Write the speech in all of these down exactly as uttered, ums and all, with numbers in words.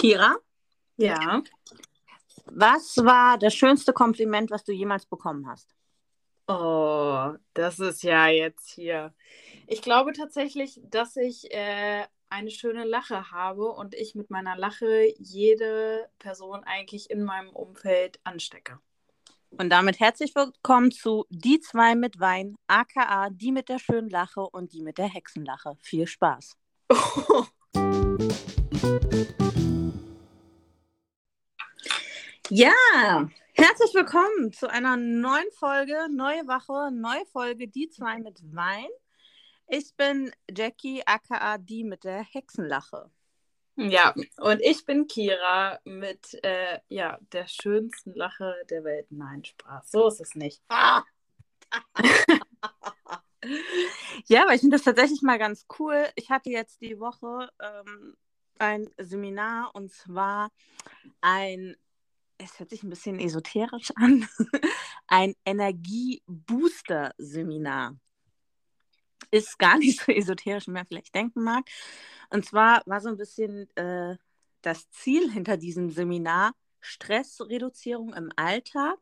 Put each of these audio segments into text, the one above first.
Kira, Ja. was war das schönste Kompliment, was du jemals bekommen hast? Oh, das ist ja jetzt hier. Ich glaube tatsächlich, dass ich äh, eine schöne Lache habe und ich mit meiner Lache jede Person eigentlich in meinem Umfeld anstecke. Und damit herzlich willkommen zu Die zwei mit Wein, aka die mit der schönen Lache und die mit der Hexenlache. Viel Spaß. Ja, herzlich willkommen zu einer neuen Folge, neue Woche, neue Folge Die zwei mit Wein. Ich bin Jackie, aka die mit der Hexenlache. Ja, und ich bin Kira mit äh, ja, der schönsten Lache der Welt. Nein, Spaß. So ist es nicht. Ah. Ja, aber ich finde das tatsächlich mal ganz cool. Ich hatte jetzt die Woche ähm, ein Seminar und zwar ein, es hört sich ein bisschen esoterisch an, ein Energiebooster-Seminar. Ist gar nicht so esoterisch, wie man vielleicht denken mag. Und zwar war so ein bisschen äh, das Ziel hinter diesem Seminar Stressreduzierung im Alltag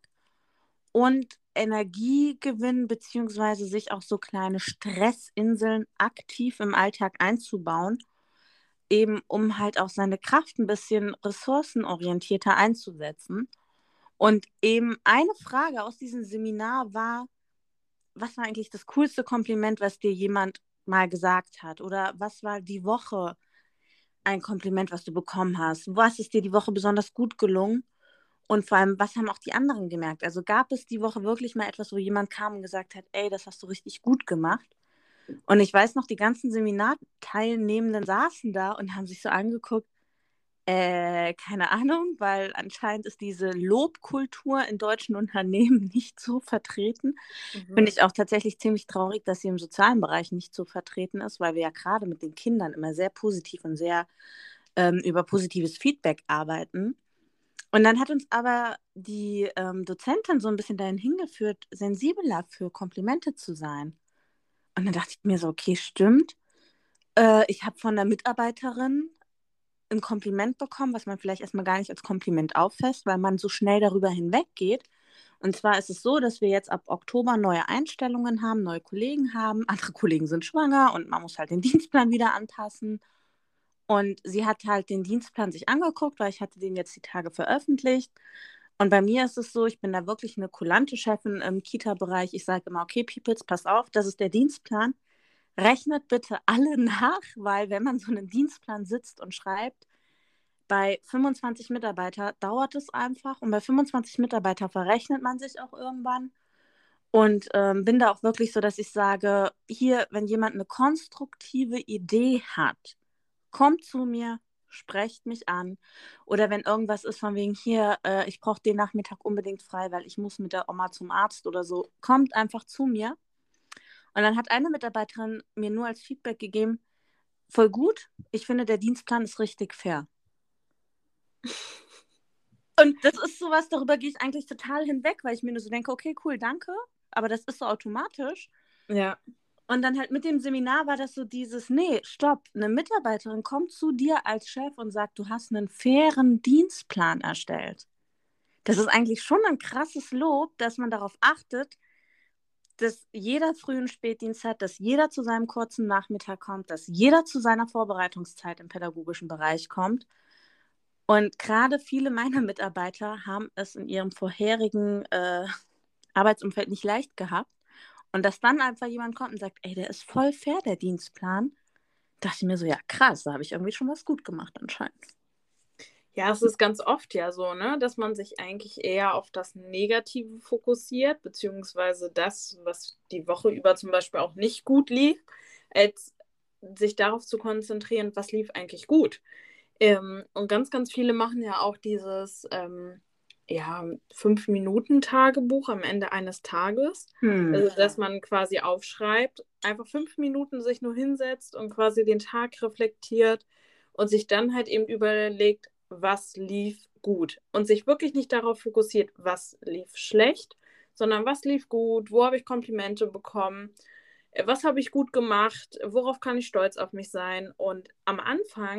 und Energiegewinn, beziehungsweise sich auch so kleine Stressinseln aktiv im Alltag einzubauen, eben um halt auch seine Kraft ein bisschen ressourcenorientierter einzusetzen. Und eben eine Frage aus diesem Seminar war, was war eigentlich das coolste Kompliment, was dir jemand mal gesagt hat? Oder was war die Woche ein Kompliment, was du bekommen hast? Was ist dir die Woche besonders gut gelungen? Und vor allem, was haben auch die anderen gemerkt? Also gab es die Woche wirklich mal etwas, wo jemand kam und gesagt hat, ey, das hast du richtig gut gemacht? Und ich weiß noch, die ganzen Seminarteilnehmenden saßen da und haben sich so angeguckt, äh, keine Ahnung, weil anscheinend ist diese Lobkultur in deutschen Unternehmen nicht so vertreten. Mhm. Finde ich auch tatsächlich ziemlich traurig, dass sie im sozialen Bereich nicht so vertreten ist, weil wir ja gerade mit den Kindern immer sehr positiv und sehr ähm, über positives Feedback arbeiten. Und dann hat uns aber die ähm, Dozentin so ein bisschen dahin hingeführt, sensibler für Komplimente zu sein. Und dann dachte ich mir so, okay, stimmt. Äh, ich habe von der Mitarbeiterin ein Kompliment bekommen, was man vielleicht erstmal gar nicht als Kompliment auffasst, weil man so schnell darüber hinweggeht. Und zwar ist es so, dass wir jetzt ab Oktober neue Einstellungen haben, neue Kollegen haben. Andere Kollegen sind schwanger und man muss halt den Dienstplan wieder anpassen. Und sie hat halt den Dienstplan sich angeguckt, weil ich hatte den jetzt die Tage veröffentlicht. Und bei mir ist es so, ich bin da wirklich eine kulante Chefin im Kita-Bereich. Ich sage immer, okay, Peoples, pass auf, das ist der Dienstplan. Rechnet bitte alle nach, weil wenn man so einen Dienstplan sitzt und schreibt, bei fünfundzwanzig Mitarbeiter dauert es einfach und bei fünfundzwanzig Mitarbeiter verrechnet man sich auch irgendwann. Und ähm, bin da auch wirklich so, dass ich sage, hier, wenn jemand eine konstruktive Idee hat, kommt zu mir, sprecht mich an. Oder wenn irgendwas ist von wegen hier, äh, ich brauche den Nachmittag unbedingt frei, weil ich muss mit der Oma zum Arzt oder so, kommt einfach zu mir. Und dann hat eine Mitarbeiterin mir nur als Feedback gegeben, voll gut, ich finde, der Dienstplan ist richtig fair. Und das ist sowas, darüber gehe ich eigentlich total hinweg, weil ich mir nur so denke, okay, cool, danke, aber das ist so automatisch. Ja. Und dann halt mit dem Seminar war das so dieses, nee, stopp, eine Mitarbeiterin kommt zu dir als Chef und sagt, du hast einen fairen Dienstplan erstellt. Das ist eigentlich schon ein krasses Lob, dass man darauf achtet, dass jeder Früh- und Spätdienst hat, dass jeder zu seinem kurzen Nachmittag kommt, dass jeder zu seiner Vorbereitungszeit im pädagogischen Bereich kommt. Und gerade viele meiner Mitarbeiter haben es in ihrem vorherigen äh, Arbeitsumfeld nicht leicht gehabt. Und dass dann einfach jemand kommt und sagt, ey, der ist voll fair, der Dienstplan, dachte ich mir so, ja krass, da habe ich irgendwie schon was gut gemacht anscheinend. Ja, es ist ganz oft ja so, ne, dass man sich eigentlich eher auf das Negative fokussiert, beziehungsweise das, was die Woche über zum Beispiel auch nicht gut lief, als sich darauf zu konzentrieren, was lief eigentlich gut. Ähm, und ganz, ganz viele machen ja auch dieses ähm, ja, Fünf-Minuten-Tagebuch am Ende eines Tages. Hm. Also, dass man quasi aufschreibt, einfach fünf Minuten sich nur hinsetzt und quasi den Tag reflektiert und sich dann halt eben überlegt, was lief gut. Und sich wirklich nicht darauf fokussiert, was lief schlecht, sondern was lief gut, wo habe ich Komplimente bekommen, was habe ich gut gemacht, worauf kann ich stolz auf mich sein. Und am Anfang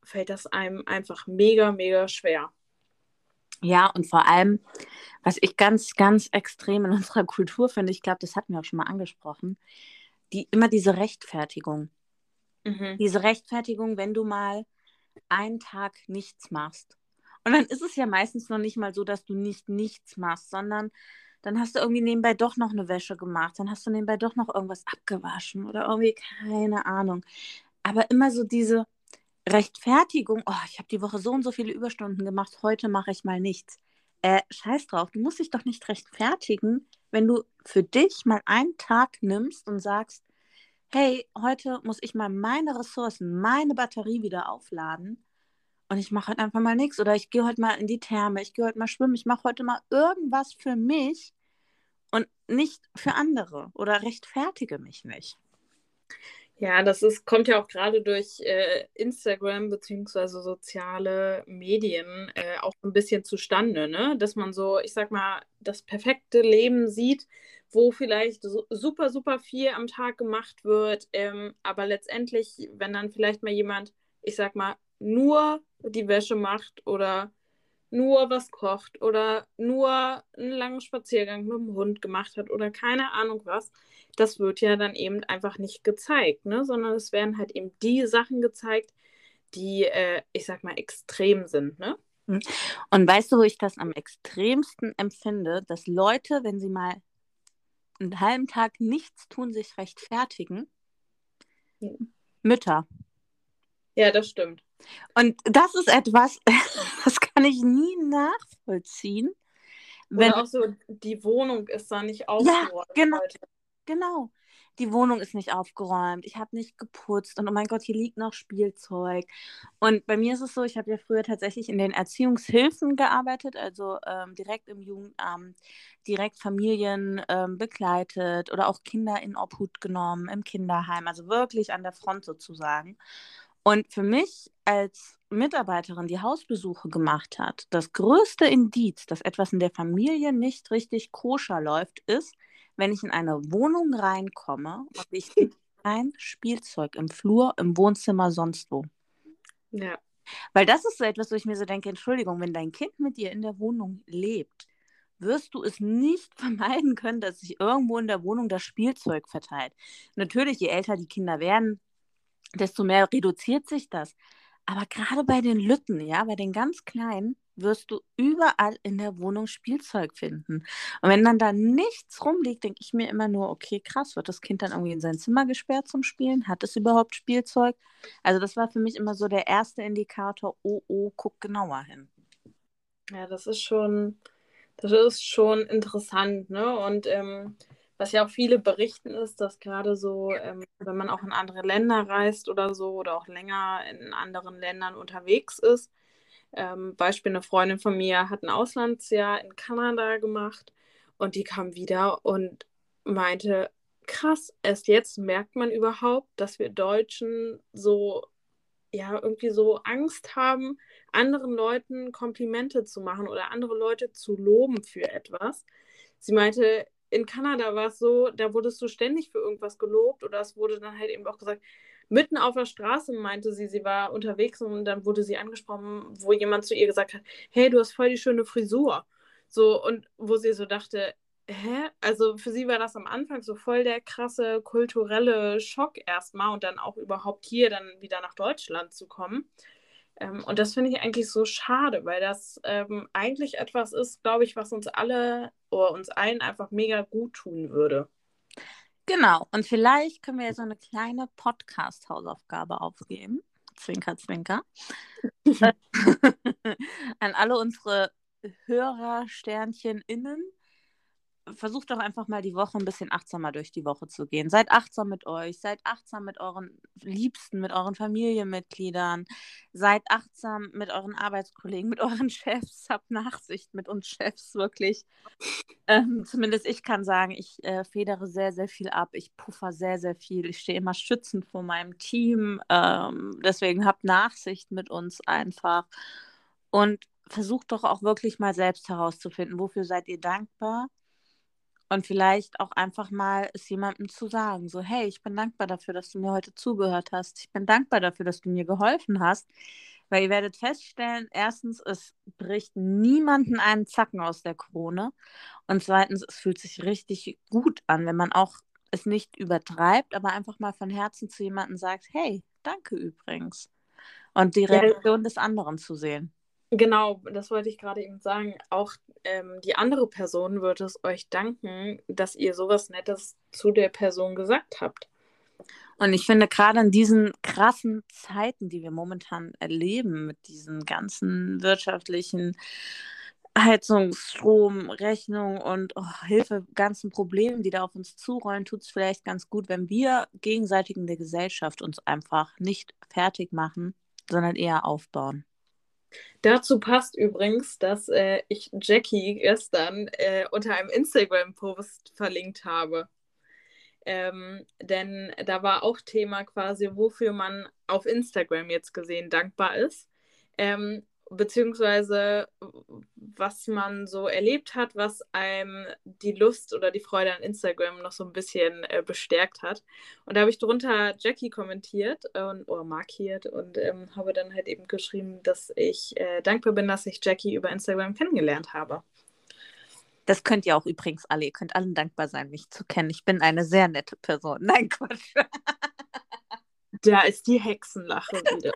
fällt das einem einfach mega, mega schwer. Ja, und vor allem, was ich ganz, ganz extrem in unserer Kultur finde, ich glaube, das hatten wir auch schon mal angesprochen, die, immer diese Rechtfertigung. Mhm. Diese Rechtfertigung, wenn du mal einen Tag nichts machst. Und dann ist es ja meistens noch nicht mal so, dass du nicht nichts machst, sondern dann hast du irgendwie nebenbei doch noch eine Wäsche gemacht, dann hast du nebenbei doch noch irgendwas abgewaschen oder irgendwie keine Ahnung. Aber immer so diese Rechtfertigung, oh, ich habe die Woche so und so viele Überstunden gemacht, heute mache ich mal nichts. Äh, scheiß drauf, du musst dich doch nicht rechtfertigen, wenn du für dich mal einen Tag nimmst und sagst, hey, heute muss ich mal meine Ressourcen, meine Batterie wieder aufladen und ich mache heute einfach mal nichts. Oder ich gehe heute mal in die Therme, ich gehe heute mal schwimmen, ich mache heute mal irgendwas für mich und nicht für andere oder rechtfertige mich nicht. Ja, das ist, kommt ja auch gerade durch äh, Instagram beziehungsweise soziale Medien äh, auch ein bisschen zustande, ne? Dass man so, ich sag mal, das perfekte Leben sieht, wo vielleicht so, super, super viel am Tag gemacht wird, ähm, aber letztendlich, wenn dann vielleicht mal jemand, ich sag mal, nur die Wäsche macht oder nur was kocht oder nur einen langen Spaziergang mit dem Hund gemacht hat oder keine Ahnung was, das wird ja dann eben einfach nicht gezeigt, ne? Sondern es werden halt eben die Sachen gezeigt, die, äh, ich sag mal, extrem sind, ne? Hm. Und weißt du, wo ich das am extremsten empfinde, dass Leute, wenn sie mal einen halben Tag nichts tun, sich rechtfertigen? Mütter. Ja, das stimmt. Und das ist etwas, das kann ich nie nachvollziehen. Wenn, Oder auch so, die Wohnung ist da nicht ja, aufgeräumt genau, heute. genau. Die Wohnung ist nicht aufgeräumt, ich habe nicht geputzt und oh mein Gott, hier liegt noch Spielzeug. Und bei mir ist es so, ich habe ja früher tatsächlich in den Erziehungshilfen gearbeitet, also ähm, direkt im Jugendamt, direkt Familien ähm, begleitet oder auch Kinder in Obhut genommen im Kinderheim, also wirklich an der Front sozusagen. Und für mich als Mitarbeiterin, die Hausbesuche gemacht hat, das größte Indiz, dass etwas in der Familie nicht richtig koscher läuft, ist, wenn ich in eine Wohnung reinkomme und ich sehe kein Spielzeug im Flur, im Wohnzimmer, sonst wo. Ja. Weil das ist so etwas, wo ich mir so denke, Entschuldigung, wenn dein Kind mit dir in der Wohnung lebt, wirst du es nicht vermeiden können, dass sich irgendwo in der Wohnung das Spielzeug verteilt. Natürlich, je älter die Kinder werden, desto mehr reduziert sich das. Aber gerade bei den Lütten, ja, bei den ganz Kleinen, wirst du überall in der Wohnung Spielzeug finden. Und wenn dann da nichts rumliegt, denke ich mir immer nur, okay, krass, wird das Kind dann irgendwie in sein Zimmer gesperrt zum Spielen? Hat es überhaupt Spielzeug? Also das war für mich immer so der erste Indikator, oh, oh, guck genauer hin. Ja, das ist schon, das ist schon interessant, ne? Und ähm, was ja auch viele berichten, ist, dass gerade so, ähm, wenn man auch in andere Länder reist oder so oder auch länger in anderen Ländern unterwegs ist, ähm, Beispiel, eine Freundin von mir hat ein Auslandsjahr in Kanada gemacht und die kam wieder und meinte, krass, erst jetzt merkt man überhaupt, dass wir Deutschen so ja, irgendwie so Angst haben, anderen Leuten Komplimente zu machen oder andere Leute zu loben für etwas. Sie meinte, in Kanada war es so, da wurdest du ständig für irgendwas gelobt oder es wurde dann halt eben auch gesagt, mitten auf der Straße meinte sie, sie war unterwegs und dann wurde sie angesprochen, wo jemand zu ihr gesagt hat, hey, du hast voll die schöne Frisur. So, und wo sie so dachte, hä? Also für sie war das am Anfang so voll der krasse kulturelle Schock erstmal und dann auch überhaupt hier dann wieder nach Deutschland zu kommen. Ähm, und das finde ich eigentlich so schade, weil das ähm, eigentlich etwas ist, glaube ich, was uns alle oder uns allen einfach mega gut tun würde. Genau, und vielleicht können wir jetzt so eine kleine Podcast-Hausaufgabe aufgeben. Zwinker, zwinker. An alle unsere Hörer, Sternchen innen. Versucht doch einfach mal die Woche ein bisschen achtsamer durch die Woche zu gehen. Seid achtsam mit euch, seid achtsam mit euren Liebsten, mit euren Familienmitgliedern, seid achtsam mit euren Arbeitskollegen, mit euren Chefs. Habt Nachsicht mit uns Chefs, wirklich. Ähm, zumindest ich kann sagen, ich äh, federe sehr, sehr viel ab. Ich puffer sehr, sehr viel. Ich stehe immer schützend vor meinem Team. Ähm, deswegen habt Nachsicht mit uns einfach. Und versucht doch auch wirklich mal selbst herauszufinden, wofür seid ihr dankbar? Und vielleicht auch einfach mal es jemandem zu sagen, so, hey, ich bin dankbar dafür, dass du mir heute zugehört hast. Ich bin dankbar dafür, dass du mir geholfen hast. Weil ihr werdet feststellen, erstens, es bricht niemanden einen Zacken aus der Krone. Und zweitens, es fühlt sich richtig gut an, wenn man auch es nicht übertreibt, aber einfach mal von Herzen zu jemandem sagt, hey, danke übrigens. Und die Ja, Reaktion des anderen zu sehen. genau, das wollte ich gerade eben sagen. Auch ähm, die andere Person wird es euch danken, dass ihr sowas Nettes zu der Person gesagt habt. Und ich finde, gerade in diesen krassen Zeiten, die wir momentan erleben, mit diesen ganzen wirtschaftlichen Heizungs-, Strom-, Rechnung und oh, Hilfe, ganzen Problemen, die da auf uns zurollen, tut es vielleicht ganz gut, wenn wir gegenseitig in der Gesellschaft uns einfach nicht fertig machen, sondern eher aufbauen. Dazu passt übrigens, dass äh, ich Jackie gestern äh, unter einem Instagram-Post verlinkt habe. Ähm, denn da war auch Thema quasi, wofür man auf Instagram jetzt gesehen dankbar ist. Ähm, beziehungsweise was man so erlebt hat, was einem die Lust oder die Freude an Instagram noch so ein bisschen äh, bestärkt hat. Und da habe ich drunter Jackie kommentiert und, oder markiert und ähm, habe dann halt eben geschrieben, dass ich äh, dankbar bin, dass ich Jackie über Instagram kennengelernt habe. Das könnt ihr auch übrigens alle. Ihr könnt allen dankbar sein, mich zu kennen. Ich bin eine sehr nette Person. Nein, Quatsch. Da ist die Hexenlache wieder.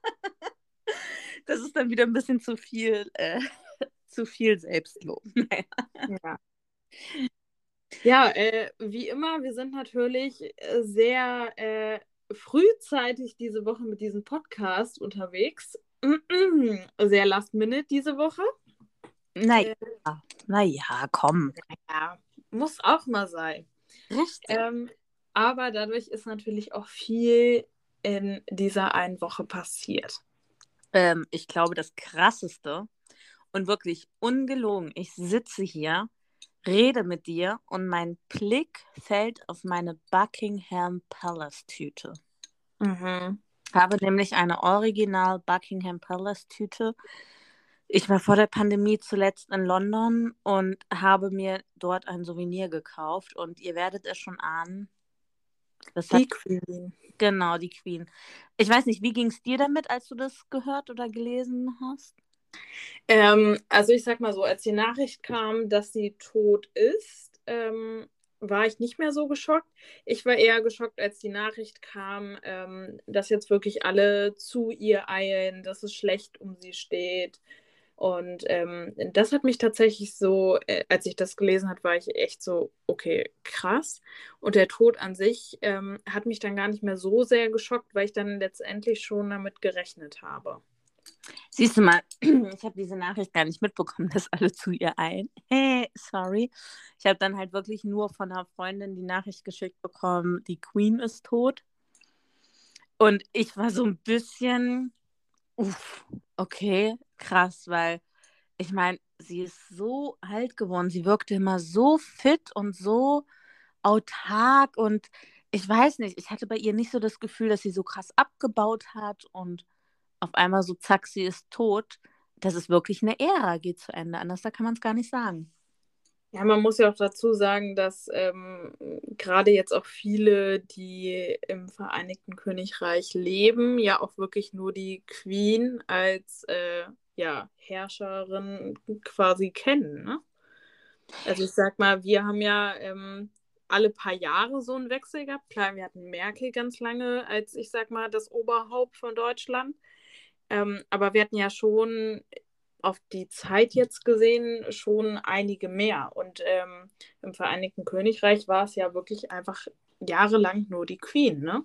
Das ist dann wieder ein bisschen zu viel, äh, zu viel Selbstlob. Naja. Ja. Ja, äh, wie immer, wir sind natürlich äh, sehr äh, frühzeitig diese Woche mit diesem Podcast unterwegs. Sehr last minute diese Woche. Naja, Äh, naja, komm. ja, muss auch mal sein. Richtig. Ähm, aber dadurch ist natürlich auch viel in dieser einen Woche passiert. Ähm, ich glaube, das Krasseste und wirklich ungelogen, ich sitze hier, rede mit dir und mein Blick fällt auf meine Buckingham Palace Tüte. Mhm. Ich habe nämlich eine Original Buckingham Palace Tüte. Ich war vor der Pandemie zuletzt in London und habe mir dort ein Souvenir gekauft und ihr werdet es schon ahnen. Das hat Die Queen. genau die Queen. Ich weiß nicht, wie ging es dir damit, als du das gehört oder gelesen hast? Ähm, also ich sag mal so, als die Nachricht kam, dass sie tot ist, ähm, war ich nicht mehr so geschockt. Ich war eher geschockt, als die Nachricht kam, ähm, dass jetzt wirklich alle zu ihr eilen, dass es schlecht um sie steht. Und ähm, das hat mich tatsächlich so, äh, als ich das gelesen habe, war ich echt so, okay, krass. Und der Tod an sich ähm, hat mich dann gar nicht mehr so sehr geschockt, weil ich dann letztendlich schon damit gerechnet habe. Siehst du mal, ich habe diese Nachricht gar nicht mitbekommen, dass alle zu ihr eilen. Hey, sorry. Ich habe dann halt wirklich nur von einer Freundin die Nachricht geschickt bekommen, die Queen ist tot. Und ich war so ein bisschen, uff, okay, krass, weil ich meine, sie ist so alt geworden. Sie wirkte immer so fit und so autark und ich weiß nicht, ich hatte bei ihr nicht so das Gefühl, dass sie so krass abgebaut hat und auf einmal so zack, sie ist tot. Das ist wirklich eine Ära, geht zu Ende. Anders da kann man es gar nicht sagen. Ja, man muss ja auch dazu sagen, dass ähm, gerade jetzt auch viele, die im Vereinigten Königreich leben, ja auch wirklich nur die Queen als äh, ja, Herrscherin quasi kennen. Ne? Also ich sag mal, wir haben ja ähm, alle paar Jahre so einen Wechsel gehabt. Klar, wir hatten Merkel ganz lange als, ich sag mal, das Oberhaupt von Deutschland. Ähm, aber wir hatten ja schon auf die Zeit jetzt gesehen schon einige mehr. Und ähm, im Vereinigten Königreich war es ja wirklich einfach jahrelang nur die Queen, ne?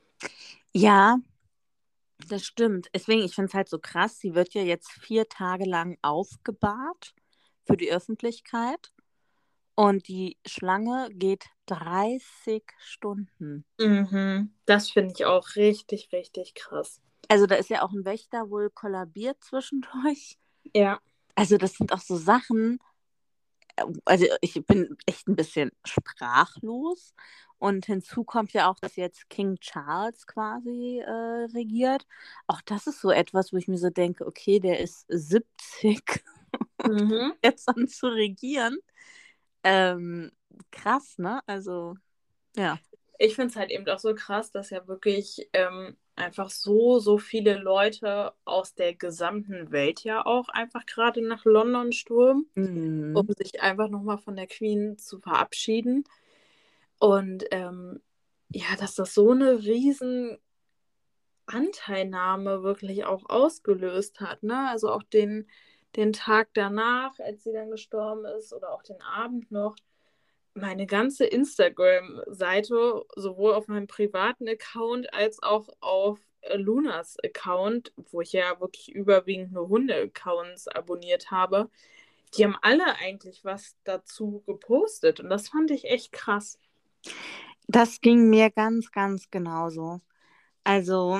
Ja, das stimmt. Deswegen, ich finde es halt so krass. Sie wird ja jetzt vier Tage lang aufgebahrt für die Öffentlichkeit. Und die Schlange geht dreißig Stunden. Mhm. Das finde ich auch richtig, richtig krass. Also da ist ja auch ein Wächter wohl kollabiert zwischendurch. Ja. Also das sind auch so Sachen, äh, also ich bin echt ein bisschen sprachlos. Und hinzu kommt ja auch, dass jetzt King Charles quasi äh, regiert. Auch das ist so etwas, wo ich mir so denke, okay, der ist siebzig Mhm. jetzt an zu regieren. Ähm, krass, ne? Also, ja. Ich finde es halt eben auch so krass, dass ja wirklich ähm, einfach so, so viele Leute aus der gesamten Welt ja auch einfach gerade nach London stürmen, um Mhm. sich einfach nochmal von der Queen zu verabschieden. Und ähm, ja, dass das so eine riesen Anteilnahme wirklich auch ausgelöst hat, ne? Also auch den, den Tag danach, als sie dann gestorben ist, oder auch den Abend noch. Meine ganze Instagram-Seite, sowohl auf meinem privaten Account als auch auf äh, Lunas Account, wo ich ja wirklich überwiegend nur Hunde-Accounts abonniert habe, die haben alle eigentlich was dazu gepostet. Und das fand ich echt krass. Das ging mir ganz, ganz genauso. Also,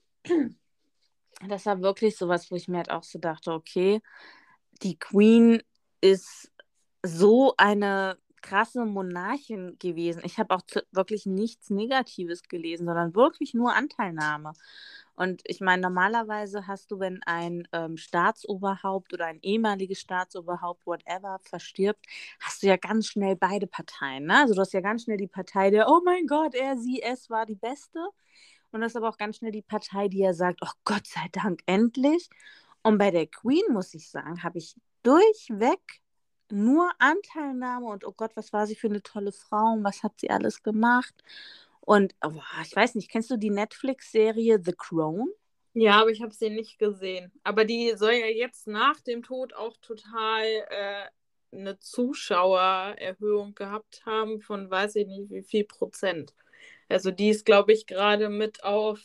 das war wirklich sowas, wo ich mir halt auch so dachte, okay, die Queen ist so eine krasse Monarchin gewesen. Ich habe auch zu, wirklich nichts Negatives gelesen, sondern wirklich nur Anteilnahme. Und ich meine, normalerweise hast du, wenn ein ähm, Staatsoberhaupt oder ein ehemaliges Staatsoberhaupt, whatever, verstirbt, hast du ja ganz schnell beide Parteien. Ne? Also du hast ja ganz schnell die Partei der, oh mein Gott, er, sie, es war die Beste. Und das ist aber auch ganz schnell die Partei, die ja sagt, oh Gott sei Dank, endlich. Und bei der Queen, muss ich sagen, habe ich durchweg nur Anteilnahme und oh Gott, was war sie für eine tolle Frau und was hat sie alles gemacht. Und oh, ich weiß nicht, kennst du die Netflix-Serie The Crown? Ja, aber ich habe sie nicht gesehen. Aber die soll ja jetzt nach dem Tod auch total äh, eine Zuschauererhöhung gehabt haben von weiß ich nicht wie viel Prozent. Also die ist, glaube ich, gerade mit auf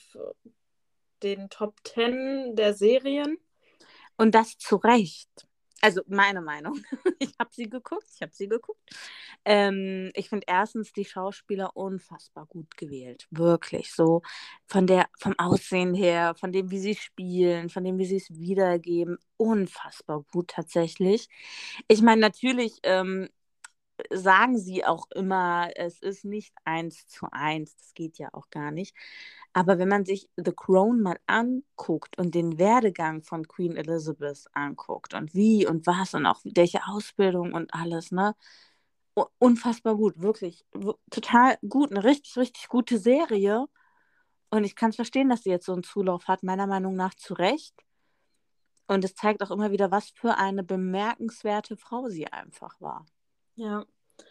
den Top Ten der Serien. Und das zu Recht. Also meine Meinung. Ich habe sie geguckt, ich habe sie geguckt. Ähm, ich finde erstens die Schauspieler unfassbar gut gewählt. Wirklich. So von der, vom Aussehen her, von dem, wie sie spielen, von dem, wie sie es wiedergeben. Unfassbar gut tatsächlich. Ich meine, natürlich ähm, sagen sie auch immer, es ist nicht eins zu eins. Das geht ja auch gar nicht. Aber wenn man sich The Crown mal anguckt und den Werdegang von Queen Elizabeth anguckt und wie und was und auch welche Ausbildung und alles, ne? U- Unfassbar gut, wirklich. W- Total gut, eine richtig, richtig gute Serie. Und ich kann es verstehen, dass sie jetzt so einen Zulauf hat, meiner Meinung nach zu Recht. Und es zeigt auch immer wieder, was für eine bemerkenswerte Frau sie einfach war. Ja.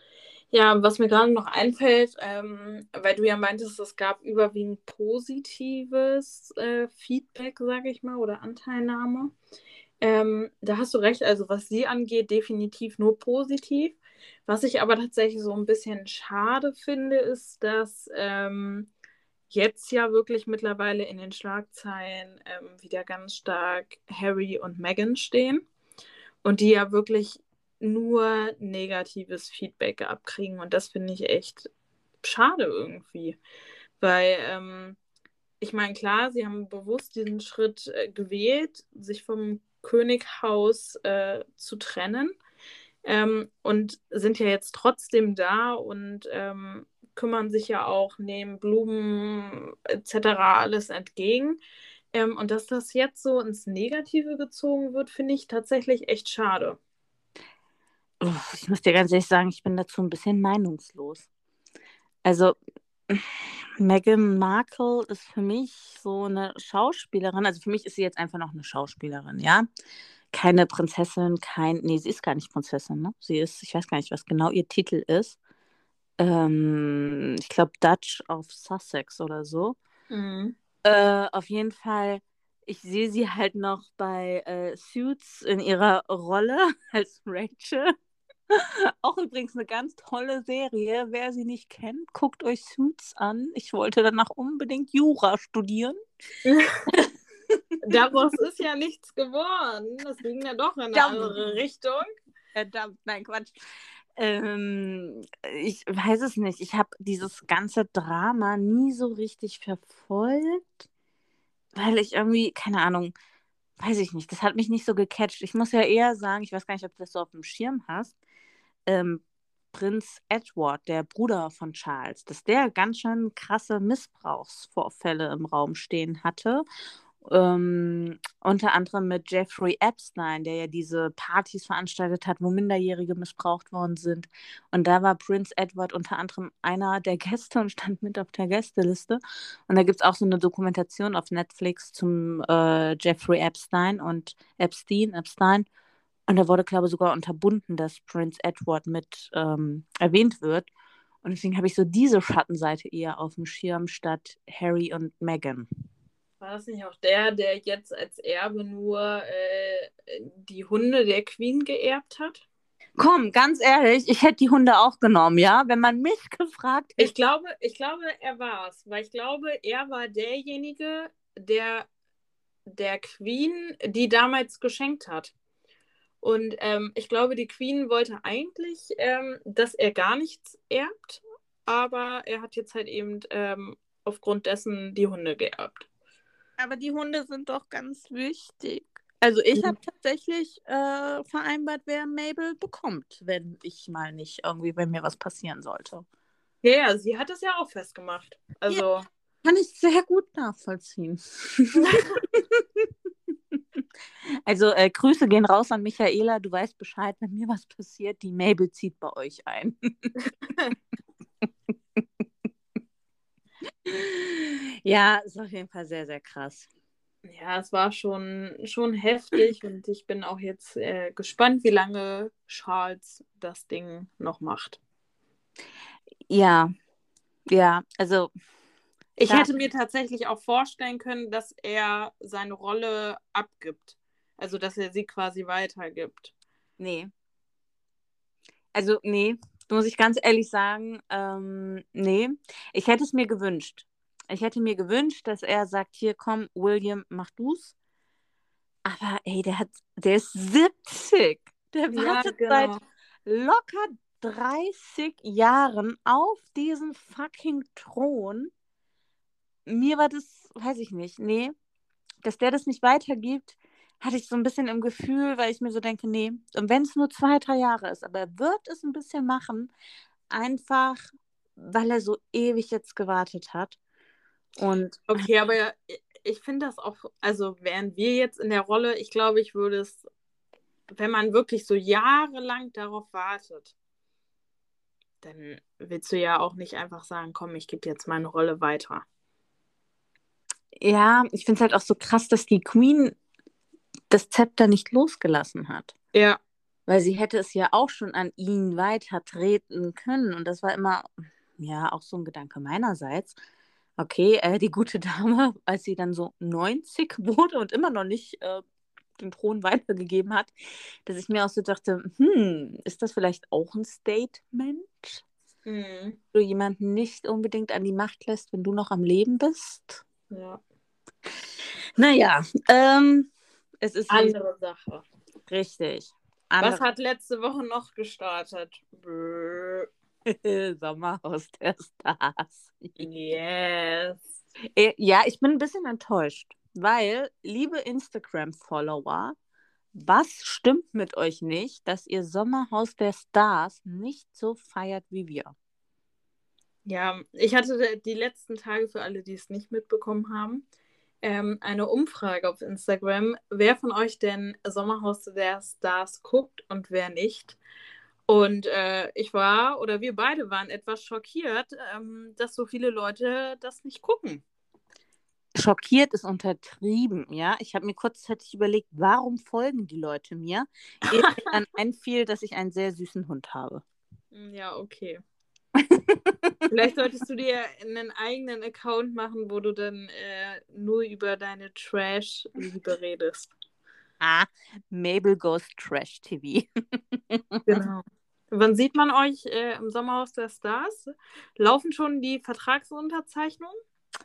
Ja, was mir gerade noch einfällt, ähm, weil du ja meintest, es gab überwiegend positives äh, Feedback, sage ich mal, oder Anteilnahme. Ähm, da hast du recht, also was sie angeht, definitiv nur positiv. Was ich aber tatsächlich so ein bisschen schade finde, ist, dass ähm, jetzt ja wirklich mittlerweile in den Schlagzeilen ähm, wieder ganz stark Harry und Meghan stehen und die ja wirklich nur negatives Feedback abkriegen. Und das finde ich echt schade irgendwie. Weil, ähm, ich meine, klar, sie haben bewusst diesen Schritt äh, gewählt, sich vom Könighaus äh, zu trennen, ähm, und sind ja jetzt trotzdem da und ähm, kümmern sich ja auch, nehmen Blumen et cetera alles entgegen. Ähm, und dass das jetzt so ins Negative gezogen wird, finde ich tatsächlich echt schade. Uff, ich muss dir ganz ehrlich sagen, ich bin dazu ein bisschen meinungslos. Also, Meghan Markle ist für mich so eine Schauspielerin. Also für mich ist sie jetzt einfach noch eine Schauspielerin, ja. Keine Prinzessin, kein. Nee, sie ist gar nicht Prinzessin, ne? Sie ist, ich weiß gar nicht, was genau ihr Titel ist. Ähm, ich glaube, Duchess of Sussex oder so. Mhm. Äh, auf jeden Fall, ich sehe sie halt noch bei äh, Suits in ihrer Rolle als Rachel. Auch übrigens eine ganz tolle Serie. Wer sie nicht kennt, guckt euch Suits an. Ich wollte danach unbedingt Jura studieren. Daraus ist ja nichts geworden. Das ging ja doch in eine Verdammt. andere Richtung. Verdammt, nein, Quatsch. Ähm, ich weiß es nicht. Ich habe dieses ganze Drama nie so richtig verfolgt, weil ich irgendwie, keine Ahnung, weiß ich nicht. Das hat mich nicht so gecatcht. Ich muss ja eher sagen, ich weiß gar nicht, ob du das so auf dem Schirm hast. Ähm, Prinz Edward, der Bruder von Charles, dass der ganz schön krasse Missbrauchsvorfälle im Raum stehen hatte Ähm, unter anderem mit Jeffrey Epstein, der ja diese Partys veranstaltet hat, wo Minderjährige missbraucht worden sind. Und da war Prince Edward unter anderem einer der Gäste und stand mit auf der Gästeliste. Und da gibt es auch so eine Dokumentation auf Netflix zum äh, Jeffrey Epstein und Epstein, Epstein. Und da wurde, glaube ich, sogar unterbunden, dass Prince Edward mit ähm, erwähnt wird. Und deswegen habe ich so diese Schattenseite eher auf dem Schirm statt Harry und Meghan. War das nicht auch der, der jetzt als Erbe nur äh, die Hunde der Queen geerbt hat? Komm, ganz ehrlich, ich hätte die Hunde auch genommen, ja? Wenn man mich gefragt hätte. Ich glaube, ich glaube, er war es, weil ich glaube, er war derjenige, der der Queen die damals geschenkt hat. Und ähm, ich glaube, die Queen wollte eigentlich, ähm, dass er gar nichts erbt, aber er hat jetzt halt eben ähm, aufgrund dessen die Hunde geerbt. Aber die Hunde sind doch ganz wichtig. Also ich habe tatsächlich äh, vereinbart, wer Mabel bekommt, wenn ich mal nicht irgendwie, wenn mir was passieren sollte. Ja, ja, sie hat es ja auch festgemacht. Also. Ja, kann ich sehr gut nachvollziehen. Also äh, Grüße gehen raus an Michaela. Du weißt Bescheid, wenn mir was passiert, die Mabel zieht bei euch ein. Ja, ist auf jeden Fall sehr, sehr krass. Ja, es war schon, schon heftig und ich bin auch jetzt äh, gespannt, wie lange Charles das Ding noch macht. Ja, ja, also Ich klar. hätte mir tatsächlich auch vorstellen können, dass er seine Rolle abgibt. Also, dass er sie quasi weitergibt. Nee. Also, nee, muss ich ganz ehrlich sagen, ähm, nee. Ich hätte es mir gewünscht. Ich hätte mir gewünscht, dass er sagt, hier, komm, William, mach du's. Aber ey, der hat, der ist siebzig. Der Ja, wartet seit genau. locker dreißig Jahren auf diesen fucking Thron. Mir war das, weiß ich nicht, nee, dass der das nicht weitergibt, hatte ich so ein bisschen im Gefühl, weil ich mir so denke, nee, und wenn es nur zwei, drei Jahre ist, aber er wird es ein bisschen machen, einfach, weil er so ewig jetzt gewartet hat. Und Okay, aber ich finde das auch, also wären wir jetzt in der Rolle, ich glaube, ich würde es, wenn man wirklich so jahrelang darauf wartet, dann willst du ja auch nicht einfach sagen, komm, ich gebe jetzt meine Rolle weiter. ja, ich finde es halt auch so krass, dass die Queen das Zepter nicht losgelassen hat. Ja. Weil sie hätte es ja auch schon an ihn weitertreten können. Und das war immer, ja, auch so ein Gedanke meinerseits. Okay, äh, die gute Dame, als sie dann so neunzig wurde und immer noch nicht äh, den Thron weitergegeben hat, dass ich mir auch so dachte, hm, ist das vielleicht auch ein Statement? Mhm. Du jemanden nicht unbedingt an die Macht lässt, wenn du noch am Leben bist? Ja. Naja, ähm, es ist wie Andere Sache. richtig. Was Andere hat letzte Woche noch gestartet? Brrr. Sommerhaus der Stars. Yes. Äh, Ja, ich bin ein bisschen enttäuscht, weil, liebe Instagram-Follower, was stimmt mit euch nicht, dass ihr Sommerhaus der Stars nicht so feiert wie wir? Ja, ich hatte die letzten Tage, für alle, die es nicht mitbekommen haben, ähm, eine Umfrage auf Instagram, wer von euch denn Sommerhaus der Stars guckt und wer nicht. Und äh, ich war, oder wir beide waren etwas schockiert, ähm, dass so viele Leute das nicht gucken. Schockiert ist untertrieben, ja. Ich habe mir kurzzeitig überlegt, warum folgen die Leute mir, ehe mir dann einfiel, dass ich einen sehr süßen Hund habe. Ja, okay. Vielleicht solltest du dir einen eigenen Account machen, wo du dann äh, nur über deine Trash-Liebe redest. Ah, Mabel Goes Trash T V. Genau. Wann sieht man euch äh, im Sommerhaus der Stars? Laufen schon die Vertragsunterzeichnungen?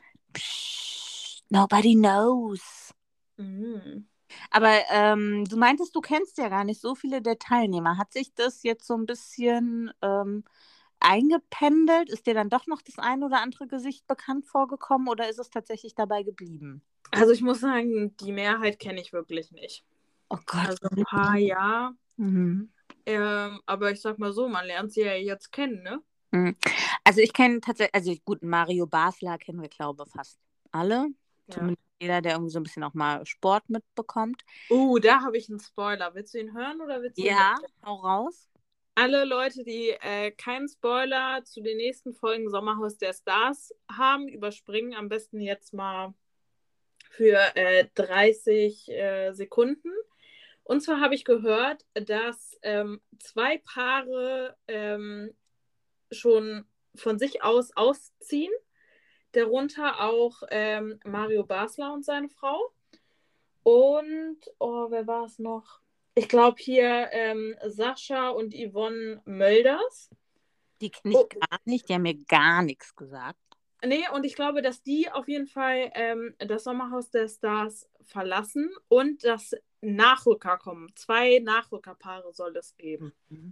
Psst, nobody knows. Mhm. Aber ähm, du meintest, du kennst ja gar nicht so viele der Teilnehmer. Hat sich das jetzt so ein bisschen ähm, eingependelt? Ist dir dann doch noch das ein oder andere Gesicht bekannt vorgekommen oder ist es tatsächlich dabei geblieben? Also ich muss sagen, die Mehrheit kenne ich wirklich nicht. Oh Gott. Also ein paar ja. Mhm. Ähm, aber ich sag mal so, man lernt sie ja jetzt kennen, ne? Mhm. Also ich kenne tatsächlich, also gut, Mario Basler kennen wir, glaube ich, fast alle. Ja. Zumindest Jeder, der irgendwie so ein bisschen auch mal Sport mitbekommt. Uh, da habe ich einen Spoiler. Willst du ihn hören oder willst du ihn Ja, nicht? hau raus. Alle Leute, die äh, keinen Spoiler zu den nächsten Folgen Sommerhaus der Stars haben, überspringen am besten jetzt mal für äh, dreißig äh, Sekunden. Und zwar habe ich gehört, dass ähm, zwei Paare ähm, schon von sich aus ausziehen. Darunter auch ähm, Mario Basler und seine Frau. Und, oh, wer war es noch? Ich glaube hier ähm, Sascha und Yvonne Mölders. Die kenne ich Oh, gar nicht, die haben mir gar nichts gesagt. nee, und ich glaube, dass die auf jeden Fall ähm, das Sommerhaus der Stars verlassen und dass Nachrücker kommen. Zwei Nachrückerpaare soll es geben. Mhm.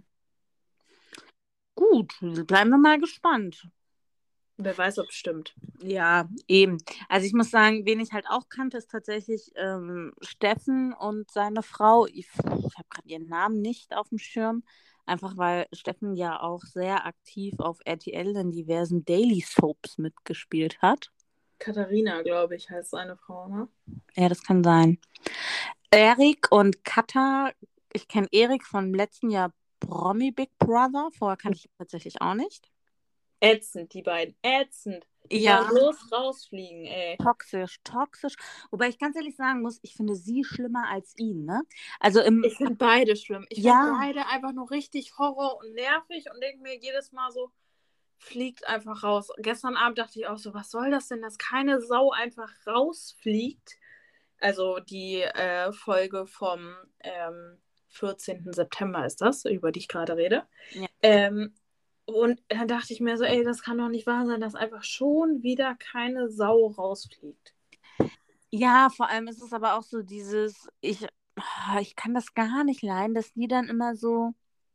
Gut, bleiben wir mal gespannt. Wer weiß, ob es stimmt. Ja, eben. Also ich muss sagen, wen ich halt auch kannte, ist tatsächlich ähm, Steffen und seine Frau. Ich, ich habe gerade ihren Namen nicht auf dem Schirm. Einfach weil Steffen ja auch sehr aktiv auf R T L in diversen Daily Soaps mitgespielt hat. Katharina, glaube ich, heißt seine Frau, ne? Ja, das kann sein. Erik und Katha, ich kenne Erik vom letzten Jahr Promi Big Brother. Vorher kannte ich ihn tatsächlich auch nicht. Ätzend, die beiden. Ätzend. Die Ja, sollen bloß rausfliegen, ey. toxisch, toxisch. Wobei ich ganz ehrlich sagen muss, ich finde sie schlimmer als ihn, ne? Also im, Ich finde beide schlimm. Ich finde ja, beide einfach nur richtig Horror und nervig und denke mir jedes Mal so, fliegt einfach raus. Gestern Abend dachte ich auch so, was soll das denn, dass keine Sau einfach rausfliegt? Also die äh, Folge vom ähm, vierzehnten September ist das, über die ich gerade rede. ja. Ähm, und dann dachte ich mir so, ey, das kann doch nicht wahr sein, dass einfach schon wieder keine Sau rausfliegt. Ja, vor allem ist es aber auch so dieses, ich, ah, ich kann das gar nicht leiden, dass die dann immer so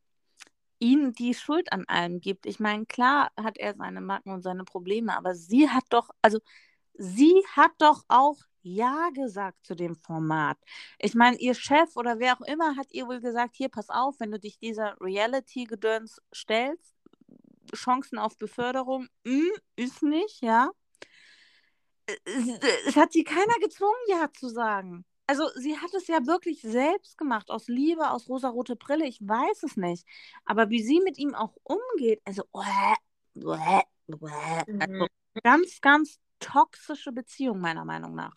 ihm die Schuld an allem gibt. Ich meine, klar hat er seine Macken und seine Probleme, aber sie hat doch, also sie hat doch auch Ja gesagt zu dem Format. Ich meine, ihr Chef oder wer auch immer hat ihr wohl gesagt, hier, pass auf, wenn du dich dieser Reality-Gedöns stellst, Chancen auf Beförderung, mm, ist nicht, ja. Es, es hat sie keiner gezwungen, Ja zu sagen. Also sie hat es ja wirklich selbst gemacht, aus Liebe, aus rosarote Brille, ich weiß es nicht. Aber wie sie mit ihm auch umgeht, also, uäh, uäh, uäh, Mhm. also ganz, ganz toxische Beziehung meiner Meinung nach.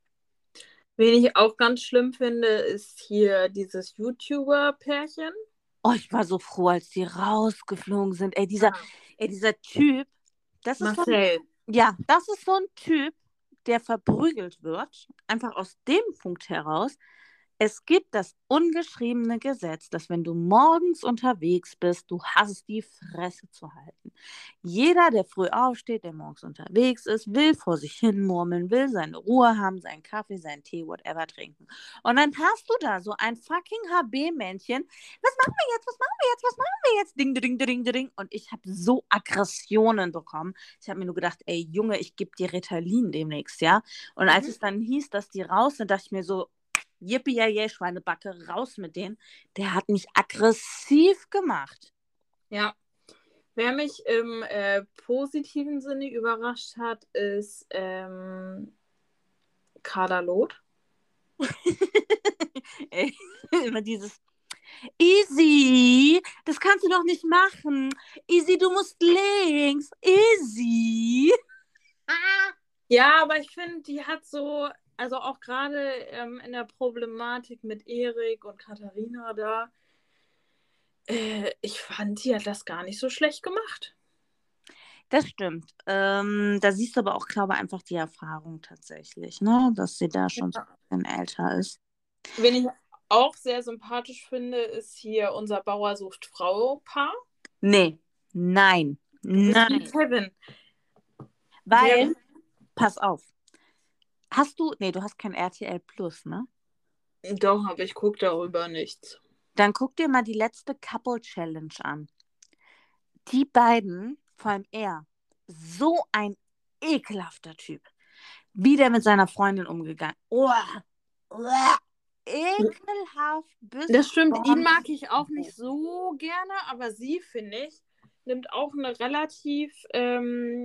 Wen ich auch ganz schlimm finde, ist hier dieses YouTuber-Pärchen. Oh, ich war so froh, als die rausgeflogen sind. Ey, dieser, Ah, ey, dieser Typ, das ist so ein, Marcel. ja, das ist so ein Typ, der verprügelt wird, einfach aus dem Punkt heraus. Es gibt das ungeschriebene Gesetz, dass wenn du morgens unterwegs bist, du hast die Fresse zu halten. Jeder, der früh aufsteht, der morgens unterwegs ist, will vor sich hin murmeln, will seine Ruhe haben, seinen Kaffee, seinen Tee, whatever trinken. Und dann hast du da so ein fucking H B-Männchen. Was machen wir jetzt? Was machen wir jetzt? Was machen wir jetzt? Ding, ding, ding, ding, ding. Und ich habe so Aggressionen bekommen. Ich habe mir nur gedacht, ey Junge, ich gebe dir Ritalin demnächst, ja. Und als Mhm. es dann hieß, dass die raus sind, dachte ich mir so, Yippie, ja, yeah, Schweinebacke, raus mit denen. Der hat mich aggressiv gemacht. Ja. Wer mich im äh, positiven Sinne überrascht hat, ist ähm, Kader Loth. Ey, immer dieses Easy, das kannst du doch nicht machen. Easy, du musst links. Easy. Ah. Ja, aber ich finde, die hat so, also auch gerade ähm, in der Problematik mit Erik und Katharina da, äh, ich fand, die hat das gar nicht so schlecht gemacht. Das stimmt. Ähm, da siehst du aber auch, glaube ich, einfach die Erfahrung tatsächlich, ne? Dass sie da schon so Ja. ein bisschen älter ist. Wen ich auch sehr sympathisch finde, ist hier unser Bauer sucht Frau-Paar. Nee, nein, Wieso nein. Kevin? Der, Weil, pass auf, hast du, nee, du hast kein R T L Plus, ne? doch, aber ich gucke darüber nichts. Dann guck dir mal die letzte Couple Challenge an. Die beiden, vor allem er, so ein ekelhafter Typ. Wie der mit seiner Freundin umgegangen. Oh, oh, ekelhaft bis Das stimmt, ihn zum mag ich auch nicht so gerne, aber sie, finde ich, nimmt auch eine relativ ähm,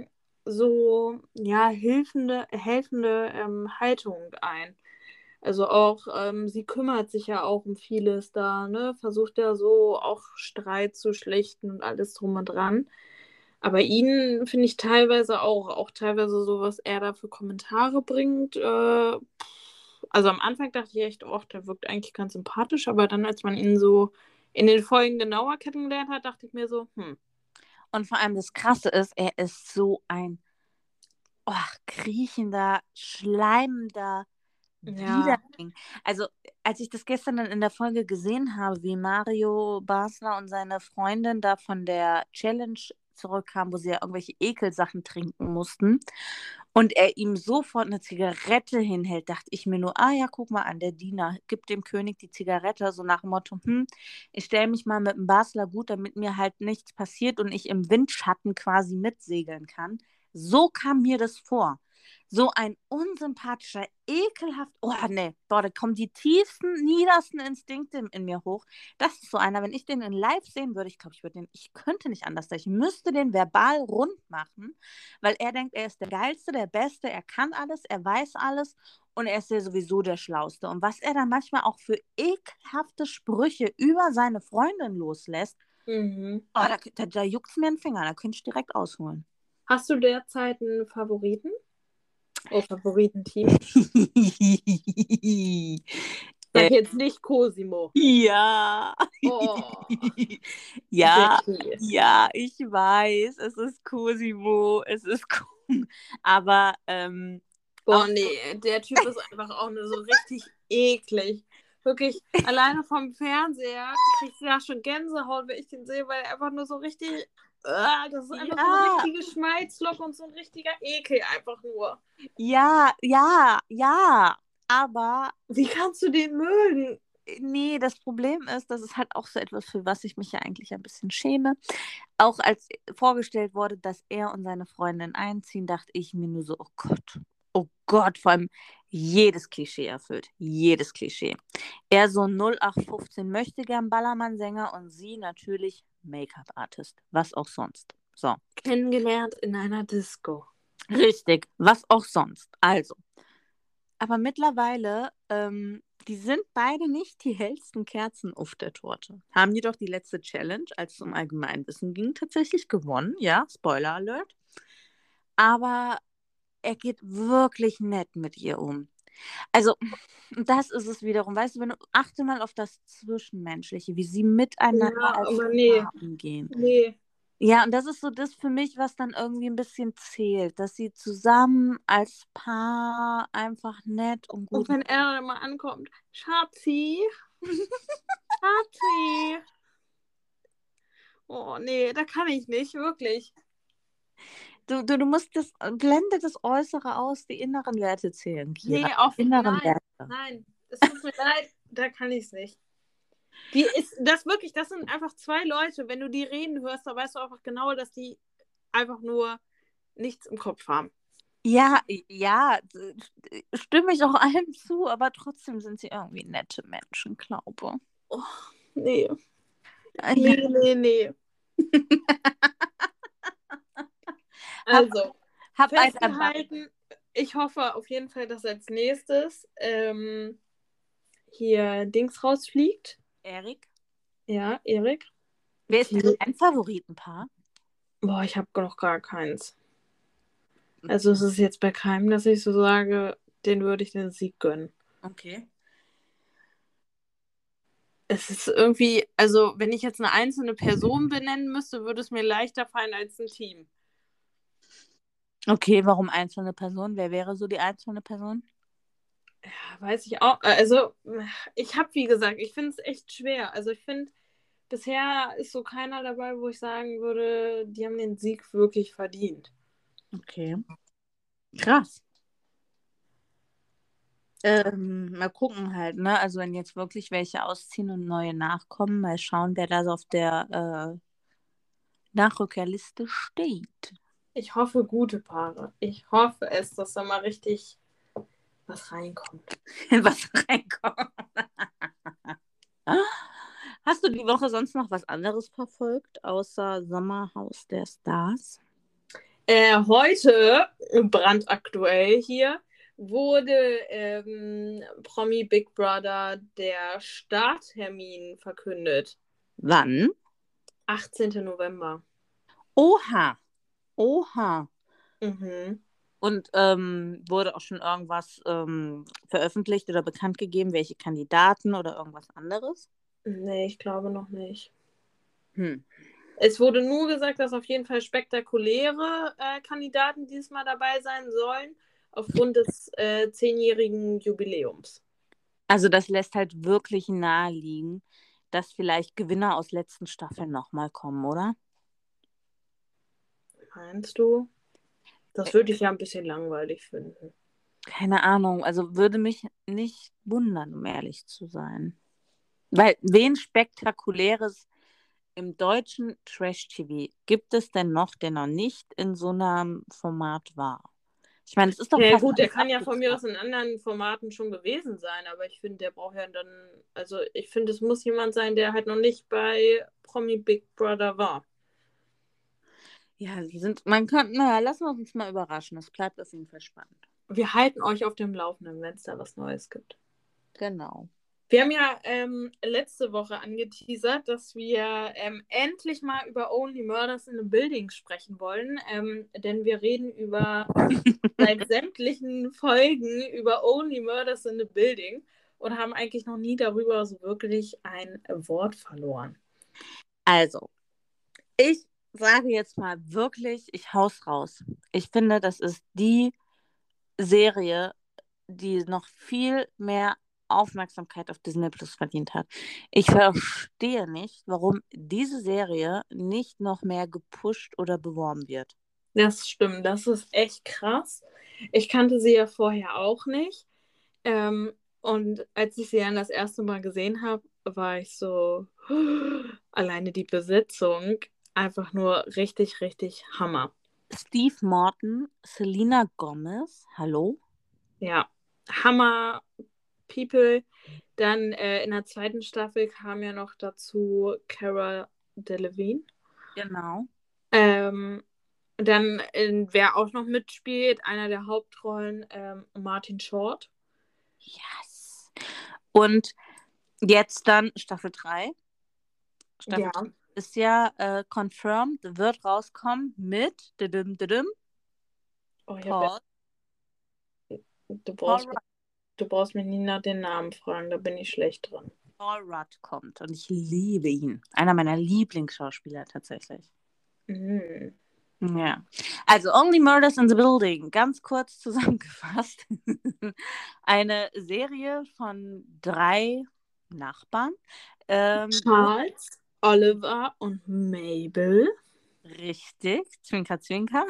so, ja, hilfende, helfende ähm, Haltung ein. Also auch, ähm, sie kümmert sich ja auch um vieles da, ne? Versucht ja so auch Streit zu schlichten und alles drum und dran. Aber ihn finde ich teilweise auch, auch teilweise so, was er da für Kommentare bringt. Äh, also am Anfang dachte ich echt, oh, der wirkt eigentlich ganz sympathisch, aber dann, als man ihn so in den Folgen genauer kennengelernt hat, dachte ich mir so, hm. Und vor allem das Krasse ist, er ist so ein oh, kriechender, schleimender Ja. Widerling. Also, als ich das gestern dann in der Folge gesehen habe, wie Mario Basler und seine Freundin da von der Challenge zurückkamen, wo sie ja irgendwelche Ekelsachen trinken mussten und er ihm sofort eine Zigarette hinhält, dachte ich mir nur, ah ja, guck mal an, der Diener gibt dem König die Zigarette, so nach dem Motto, hm, ich stelle mich mal mit dem Basler gut, damit mir halt nichts passiert und ich im Windschatten quasi mitsegeln kann. So kam mir das vor. So ein unsympathischer, ekelhaft, oh ne, boah, da kommen die tiefsten, niedersten Instinkte in, in mir hoch. Das ist so einer, wenn ich den in live sehen würde, ich glaube, ich würde den, ich könnte nicht anders, ich müsste den verbal rund machen, weil er denkt, er ist der Geilste, der Beste, er kann alles, er weiß alles und er ist ja sowieso der Schlauste. Und was er dann manchmal auch für ekelhafte Sprüche über seine Freundin loslässt, Mhm. oh, da, da, da juckt es mir den Finger, da könnte ich direkt ausholen. Hast du derzeit einen Favoriten? Oh, Favoritenteam? Sag äh, jetzt nicht Cosimo. ja. Oh, Ja, Becky. ja, ich weiß, es ist Cosimo, es ist cool. Aber ähm, Boah, auch so, nee, der Typ ist einfach auch nur so richtig eklig. Wirklich, alleine vom Fernseher krieg ich da schon Gänsehaut, wenn ich den sehe, weil er einfach nur so richtig. Ah, das ist einfach so eine ja, richtige Schmalzlocke und so ein richtiger Ekel einfach nur. ja, ja, ja. Aber Wie kannst du den mögen? nee, das Problem ist, das ist halt auch so etwas, für was ich mich ja eigentlich ein bisschen schäme. Auch als vorgestellt wurde, dass er und seine Freundin einziehen, dachte ich mir nur so, oh Gott, oh Gott, vor allem jedes Klischee erfüllt, jedes Klischee. Er so null acht fünfzehn möchte gern Ballermann-Sänger und sie natürlich Make-up-Artist, was auch sonst. So, Kennengelernt in einer Disco. richtig, was auch sonst. Also, aber mittlerweile, ähm, die sind beide nicht die hellsten Kerzen auf der Torte. Haben die doch die letzte Challenge, als es um Allgemeinwissen ging, tatsächlich gewonnen. Ja, Spoiler Alert. Aber er geht wirklich nett mit ihr um. Also, das ist es wiederum. Weißt du, wenn du achte mal auf das Zwischenmenschliche, wie sie miteinander Ja, als aber nee. Paar umgehen. Nee. Ja, und das ist so das für mich, was dann irgendwie ein bisschen zählt, dass sie zusammen als Paar einfach nett und Und gut. wenn er dann mal ankommt, Schatzi, Schatzi. Oh, nee, da kann ich nicht, wirklich. Du, du, du musst das, blende das Äußere aus, die inneren Werte zählen, Kira. Nee, auf, Die inneren nein, Werte. nein. Es tut mir leid, da kann ich es nicht. Die ist, das wirklich, das sind einfach zwei Leute. Wenn du die reden hörst, da weißt du einfach genau, dass die einfach nur nichts im Kopf haben. Ja, ja, stimme ich auch allem zu, aber trotzdem sind sie irgendwie nette Menschen, glaube. Oh, nee, Ja. nee, nee, nee. Hab, Also, hab ein Erbarmen. festgehalten, ich hoffe auf jeden Fall, dass als nächstes ähm, hier Dings rausfliegt. Erik, Ja, Erik. wer ist denn Die, dein Favoritenpaar? boah, ich habe noch gar keins. Also es ist jetzt bei keinem, dass ich so sage, den würde ich den Sieg gönnen. Okay. Es ist irgendwie, also wenn ich jetzt eine einzelne Person benennen müsste, würde es mir leichter fallen als ein Team. Okay, warum einzelne Person? Wer wäre so die einzelne Person? Ja, weiß ich auch. Also ich habe, wie gesagt, ich finde es echt schwer. Also ich finde, bisher ist so keiner dabei, wo ich sagen würde, die haben den Sieg wirklich verdient. Okay. Krass. Ähm, mal gucken halt, ne? Also wenn jetzt wirklich welche ausziehen und neue nachkommen, mal schauen, wer da so auf der äh, Nachrückerliste steht. Ich hoffe, gute Paare. Ich hoffe es, dass da mal richtig was reinkommt. Was reinkommt. Hast du die Woche sonst noch was anderes verfolgt, außer Sommerhaus der Stars? Äh, heute, brandaktuell hier, wurde ähm, Promi Big Brother der Starttermin verkündet. Wann? achtzehnten November. Oha, oha. Mhm. Und ähm, wurde auch schon irgendwas ähm, veröffentlicht oder bekannt gegeben, welche Kandidaten oder irgendwas anderes? Nee, ich glaube noch nicht. Hm. Es wurde nur gesagt, dass auf jeden Fall spektakuläre äh, Kandidaten diesmal dabei sein sollen, aufgrund des äh, zehnjährigen Jubiläums. Also das lässt halt wirklich naheliegen, dass vielleicht Gewinner aus letzten Staffeln nochmal kommen, oder? Meinst du? Das würde ich ja ein bisschen langweilig finden. Keine Ahnung, also würde mich nicht wundern, um ehrlich zu sein. Weil wen Spektakuläres im deutschen Trash-T V gibt es denn noch, der noch nicht in so einem Format war? Ich meine, es ist doch Ja, fast gut, der alles kann ja von mir abgefragt. aus in anderen Formaten schon gewesen sein, aber ich finde, der braucht ja dann, also ich finde, es muss jemand sein, der halt noch nicht bei Promi Big Brother war. Ja, die sind, man könnte, naja, lassen wir uns mal überraschen. Es bleibt auf jeden Fall spannend. Wir halten euch auf dem Laufenden, wenn es da was Neues gibt. Genau. Wir haben ja ähm, letzte Woche angeteasert, dass wir ähm, endlich mal über Only Murders in the Building sprechen wollen, ähm, denn wir reden über seit sämtlichen Folgen über Only Murders in the Building und haben eigentlich noch nie darüber so wirklich ein Wort verloren. Also, ich sage jetzt mal wirklich, ich hau's raus. Ich finde, das ist die Serie, die noch viel mehr Aufmerksamkeit auf Disney Plus verdient hat. Ich verstehe nicht, warum diese Serie nicht noch mehr gepusht oder beworben wird. Das stimmt, das ist echt krass. Ich kannte sie ja vorher auch nicht. Ähm, und als ich sie dann das erste Mal gesehen habe, war ich so, alleine die Besetzung, einfach nur richtig, richtig Hammer. Steve Martin, Selena Gomez, hallo? Ja, Hammer People. Dann äh, in der zweiten Staffel kam ja noch dazu Cara Delevingne. Genau. Ähm, dann, äh, wer auch noch mitspielt, einer der Hauptrollen, ähm, Martin Short. Yes. Und jetzt dann Staffel drei. Staffel Ja. drei ist ja äh, confirmed, wird rauskommen mit didim, didim, Oh, ich hab ja, Paul. du Paul brauchst, Rudd, du brauchst mich nie nach den Namen fragen, da bin ich schlecht drin. Paul Rudd kommt und ich liebe ihn. Einer meiner Lieblingsschauspieler tatsächlich. Mhm. Ja. Also Only Murders in the Building, ganz kurz zusammengefasst. Eine Serie von drei Nachbarn, ähm, wo Charles, Oliver und Mabel. richtig, Zwinker, Zwinker,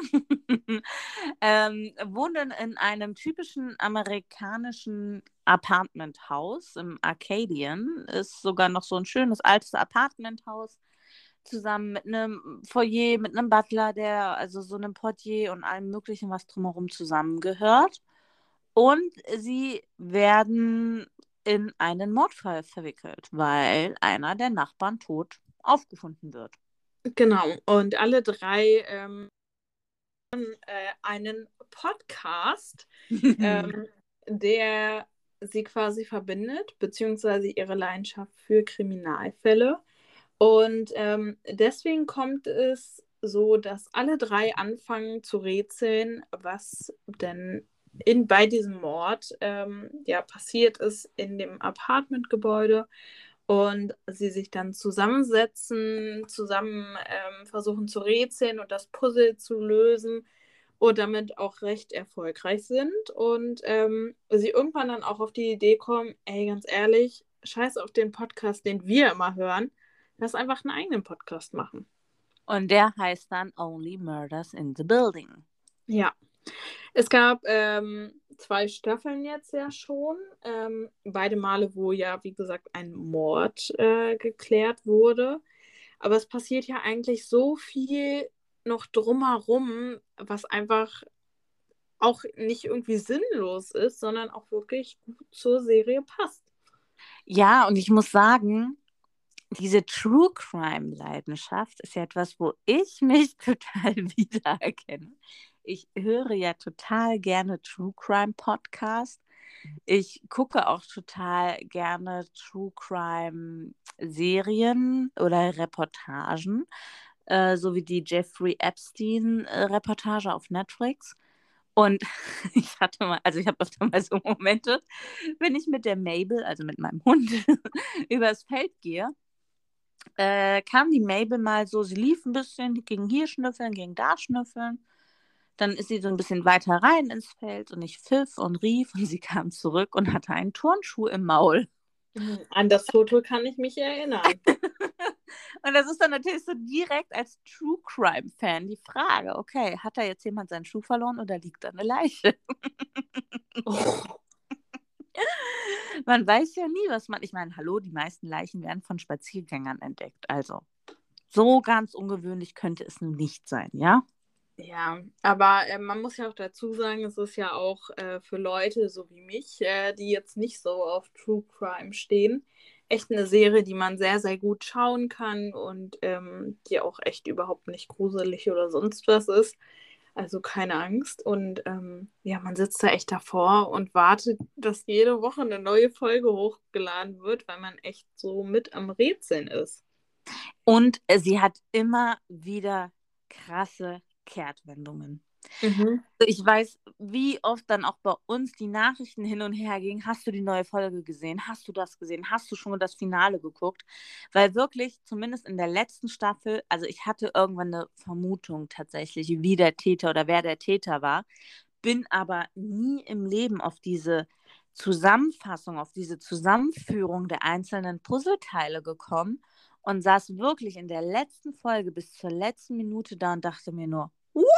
ähm, wohnen in einem typischen amerikanischen Apartmenthaus im Arcadian. Ist sogar noch so ein schönes altes Apartmenthaus, zusammen mit einem Foyer, mit einem Butler, der, also so einem Portier und allem Möglichen, was drumherum zusammengehört. Und sie werden in einen Mordfall verwickelt, weil einer der Nachbarn tot aufgefunden wird. Genau, und alle drei ähm, äh, einen Podcast, ähm, der sie quasi verbindet, beziehungsweise ihre Leidenschaft für Kriminalfälle. Und ähm, deswegen kommt es so, dass alle drei anfangen zu rätseln, was denn in, bei diesem Mord ähm, ja, passiert ist in dem Apartmentgebäude. Und sie sich dann zusammensetzen, zusammen ähm, versuchen zu rätseln und das Puzzle zu lösen und damit auch recht erfolgreich sind. Und ähm, sie irgendwann dann auch auf die Idee kommen, ey, ganz ehrlich, scheiß auf den Podcast, den wir immer hören, lass einfach einen eigenen Podcast machen. Und der heißt dann Only Murders in the Building. Ja, es gab ähm, zwei Staffeln jetzt ja schon. Ähm, beide Male, wo ja, wie gesagt, ein Mord äh, geklärt wurde. Aber es passiert ja eigentlich so viel noch drumherum, was einfach auch nicht irgendwie sinnlos ist, sondern auch wirklich gut zur Serie passt. Ja, und ich muss sagen, diese True Crime Leidenschaft ist ja etwas, wo ich mich total wiedererkenne. Ich höre ja total gerne True Crime Podcast. Ich gucke auch total gerne True Crime Serien oder Reportagen, äh, so wie die Jeffrey Epstein äh, Reportage auf Netflix. Und ich hatte mal, also ich habe öfter mal so Momente, wenn ich mit der Mabel, also mit meinem Hund, übers Feld gehe, äh, kam die Mabel mal so, sie lief ein bisschen, die ging hier schnüffeln, ging da schnüffeln. Dann ist sie so ein bisschen weiter rein ins Feld und ich pfiff und rief und sie kam zurück und hatte einen Turnschuh im Maul. An das Foto kann ich mich erinnern. Und das ist dann natürlich so direkt als True Crime Fan die Frage, okay, hat da jetzt jemand seinen Schuh verloren oder liegt da eine Leiche? Oh. Man weiß ja nie, was man, ich meine, hallo, die meisten Leichen werden von Spaziergängern entdeckt, also so ganz ungewöhnlich könnte es nun nicht sein, ja? Ja, aber äh, man muss ja auch dazu sagen, es ist ja auch äh, für Leute so wie mich, äh, die jetzt nicht so auf True Crime stehen, echt eine Serie, die man sehr, sehr gut schauen kann und ähm, die auch echt überhaupt nicht gruselig oder sonst was ist. Also keine Angst. Und ähm, ja, man sitzt da echt davor und wartet, dass jede Woche eine neue Folge hochgeladen wird, weil man echt so mit am Rätseln ist. Und äh, sie hat immer wieder krasse Kehrtwendungen. Mhm. Ich weiß, wie oft dann auch bei uns die Nachrichten hin und her gingen. Hast du die neue Folge gesehen? Hast du das gesehen? Hast du schon das Finale geguckt? Weil wirklich, zumindest in der letzten Staffel, also ich hatte irgendwann eine Vermutung tatsächlich, wie der Täter oder wer der Täter war, bin aber nie im Leben auf diese Zusammenfassung, auf diese Zusammenführung der einzelnen Puzzleteile gekommen und saß wirklich in der letzten Folge bis zur letzten Minute da und dachte mir nur, what?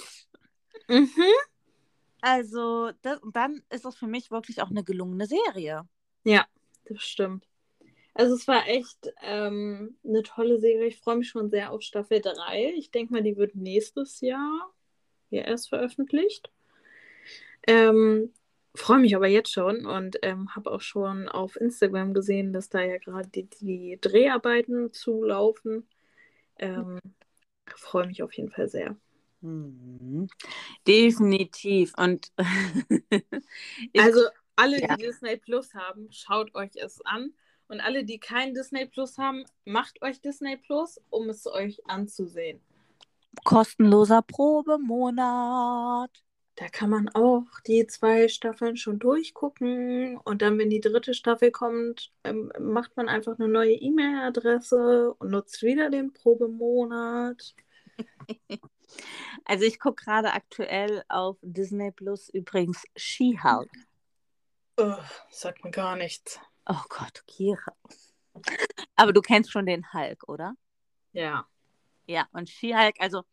Mhm. Also, das, und dann ist es für mich wirklich auch eine gelungene Serie. Ja, das stimmt. Also es war echt ähm, eine tolle Serie. Ich freue mich schon sehr auf Staffel drei. Ich denke mal, die wird nächstes Jahr ja erst veröffentlicht. Ähm, freue mich aber jetzt schon und ähm, habe auch schon auf Instagram gesehen, dass da ja gerade die, die Dreharbeiten zulaufen. Ähm, freue mich auf jeden Fall sehr. Mhm. Definitiv. Und ich, Also alle, ja, die Disney Plus haben, schaut euch es an. Und alle, die kein Disney Plus haben, macht euch Disney Plus, um es euch anzusehen. kostenloser Probemonat. Da kann man auch die zwei Staffeln schon durchgucken. Und dann, wenn die dritte Staffel kommt, ähm, macht man einfach eine neue E-Mail-Adresse und nutzt wieder den Probemonat. Also ich gucke gerade aktuell auf Disney Plus übrigens She-Hulk. Ugh, sagt mir gar nichts. Oh Gott, Kira. Aber du kennst schon den Hulk, oder? Ja. Ja, und She-Hulk, also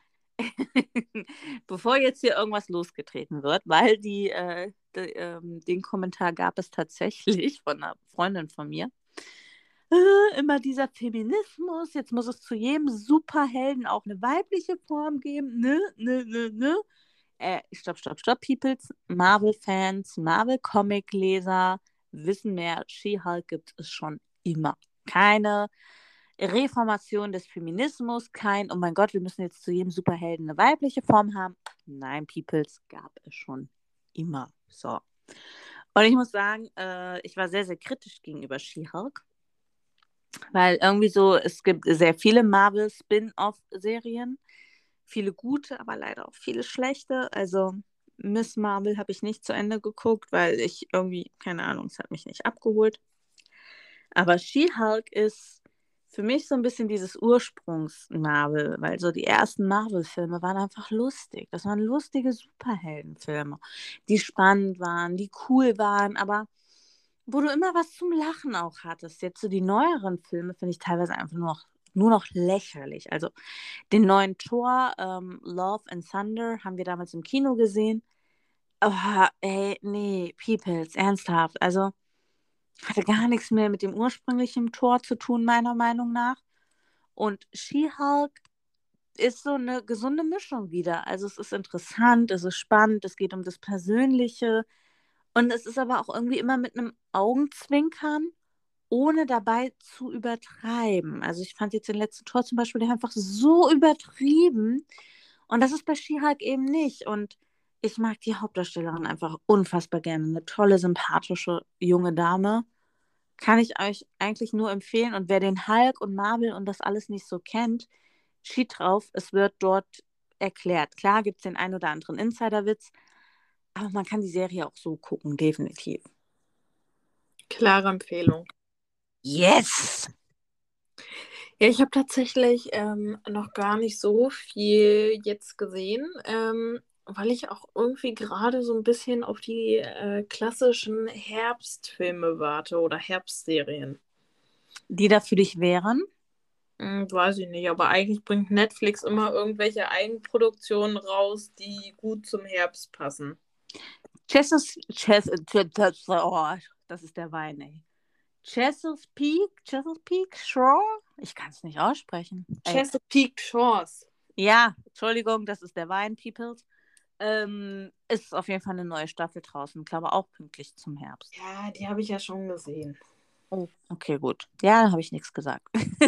bevor jetzt hier irgendwas losgetreten wird, weil die, äh, die ähm, den Kommentar gab es tatsächlich von einer Freundin von mir. Äh, immer dieser Feminismus, jetzt muss es zu jedem Superhelden auch eine weibliche Form geben. Ne, ne, ne, ne. Äh, stopp, stopp, stopp, Peoples. Marvel-Fans, Marvel-Comic-Leser wissen mehr, She-Hulk gibt es schon immer. Keine Reformation des Feminismus, kein, oh mein Gott, wir müssen jetzt zu jedem Superhelden eine weibliche Form haben. Nein, Peoples gab es schon immer. So. Und ich muss sagen, äh, ich war sehr, sehr kritisch gegenüber She-Hulk, weil irgendwie so, es gibt sehr viele Marvel-Spin-off-Serien, viele gute, aber leider auch viele schlechte. Also Miss Marvel habe ich nicht zu Ende geguckt, weil ich irgendwie, keine Ahnung, es hat mich nicht abgeholt. Aber She-Hulk ist für mich so ein bisschen dieses Ursprungs-Marvel, weil so die ersten Marvel-Filme waren einfach lustig. Das waren lustige Superheldenfilme, die spannend waren, die cool waren, aber wo du immer was zum Lachen auch hattest. Jetzt so die neueren Filme finde ich teilweise einfach nur noch, nur noch lächerlich. Also den neuen Thor, ähm, Love and Thunder, haben wir damals im Kino gesehen. Oh, ey, nee, Peoples, ernsthaft. Also hatte gar nichts mehr mit dem ursprünglichen Tor zu tun, meiner Meinung nach. Und She-Hulk ist so eine gesunde Mischung wieder. Also es ist interessant, es ist spannend, es geht um das Persönliche und es ist aber auch irgendwie immer mit einem Augenzwinkern ohne dabei zu übertreiben. Also ich fand jetzt den letzten Tor zum Beispiel, der war einfach so übertrieben. Und das ist bei She-Hulk eben nicht. Und ich mag die Hauptdarstellerin einfach unfassbar gerne. Eine tolle, sympathische junge Dame. Kann ich euch eigentlich nur empfehlen. Und wer den Hulk und Marvel und das alles nicht so kennt, schied drauf, es wird dort erklärt. Klar gibt es den ein oder anderen Insiderwitz, aber man kann die Serie auch so gucken, definitiv. Klare Empfehlung. Yes! Ja, ich habe tatsächlich ähm, noch gar nicht so viel jetzt gesehen, ähm, weil ich auch irgendwie gerade so ein bisschen auf die äh, klassischen Herbstfilme warte oder Herbstserien. Die da für dich wären? Hm, weiß ich nicht, aber eigentlich bringt Netflix immer irgendwelche Eigenproduktionen raus, die gut zum Herbst passen. Chess, Chess, Chess, oh, das ist der Wein, ey. Chesapeake, Chesapeake Shore? Ich kann es nicht aussprechen. Ey. Chesapeake Shores. Ja, Entschuldigung, das ist der Wein, Peoples. Ähm, ist auf jeden Fall eine neue Staffel draußen. Ich glaube auch pünktlich zum Herbst. Ja, die habe ich ja schon gesehen. Oh, okay, gut. Ja, da habe ich nichts gesagt.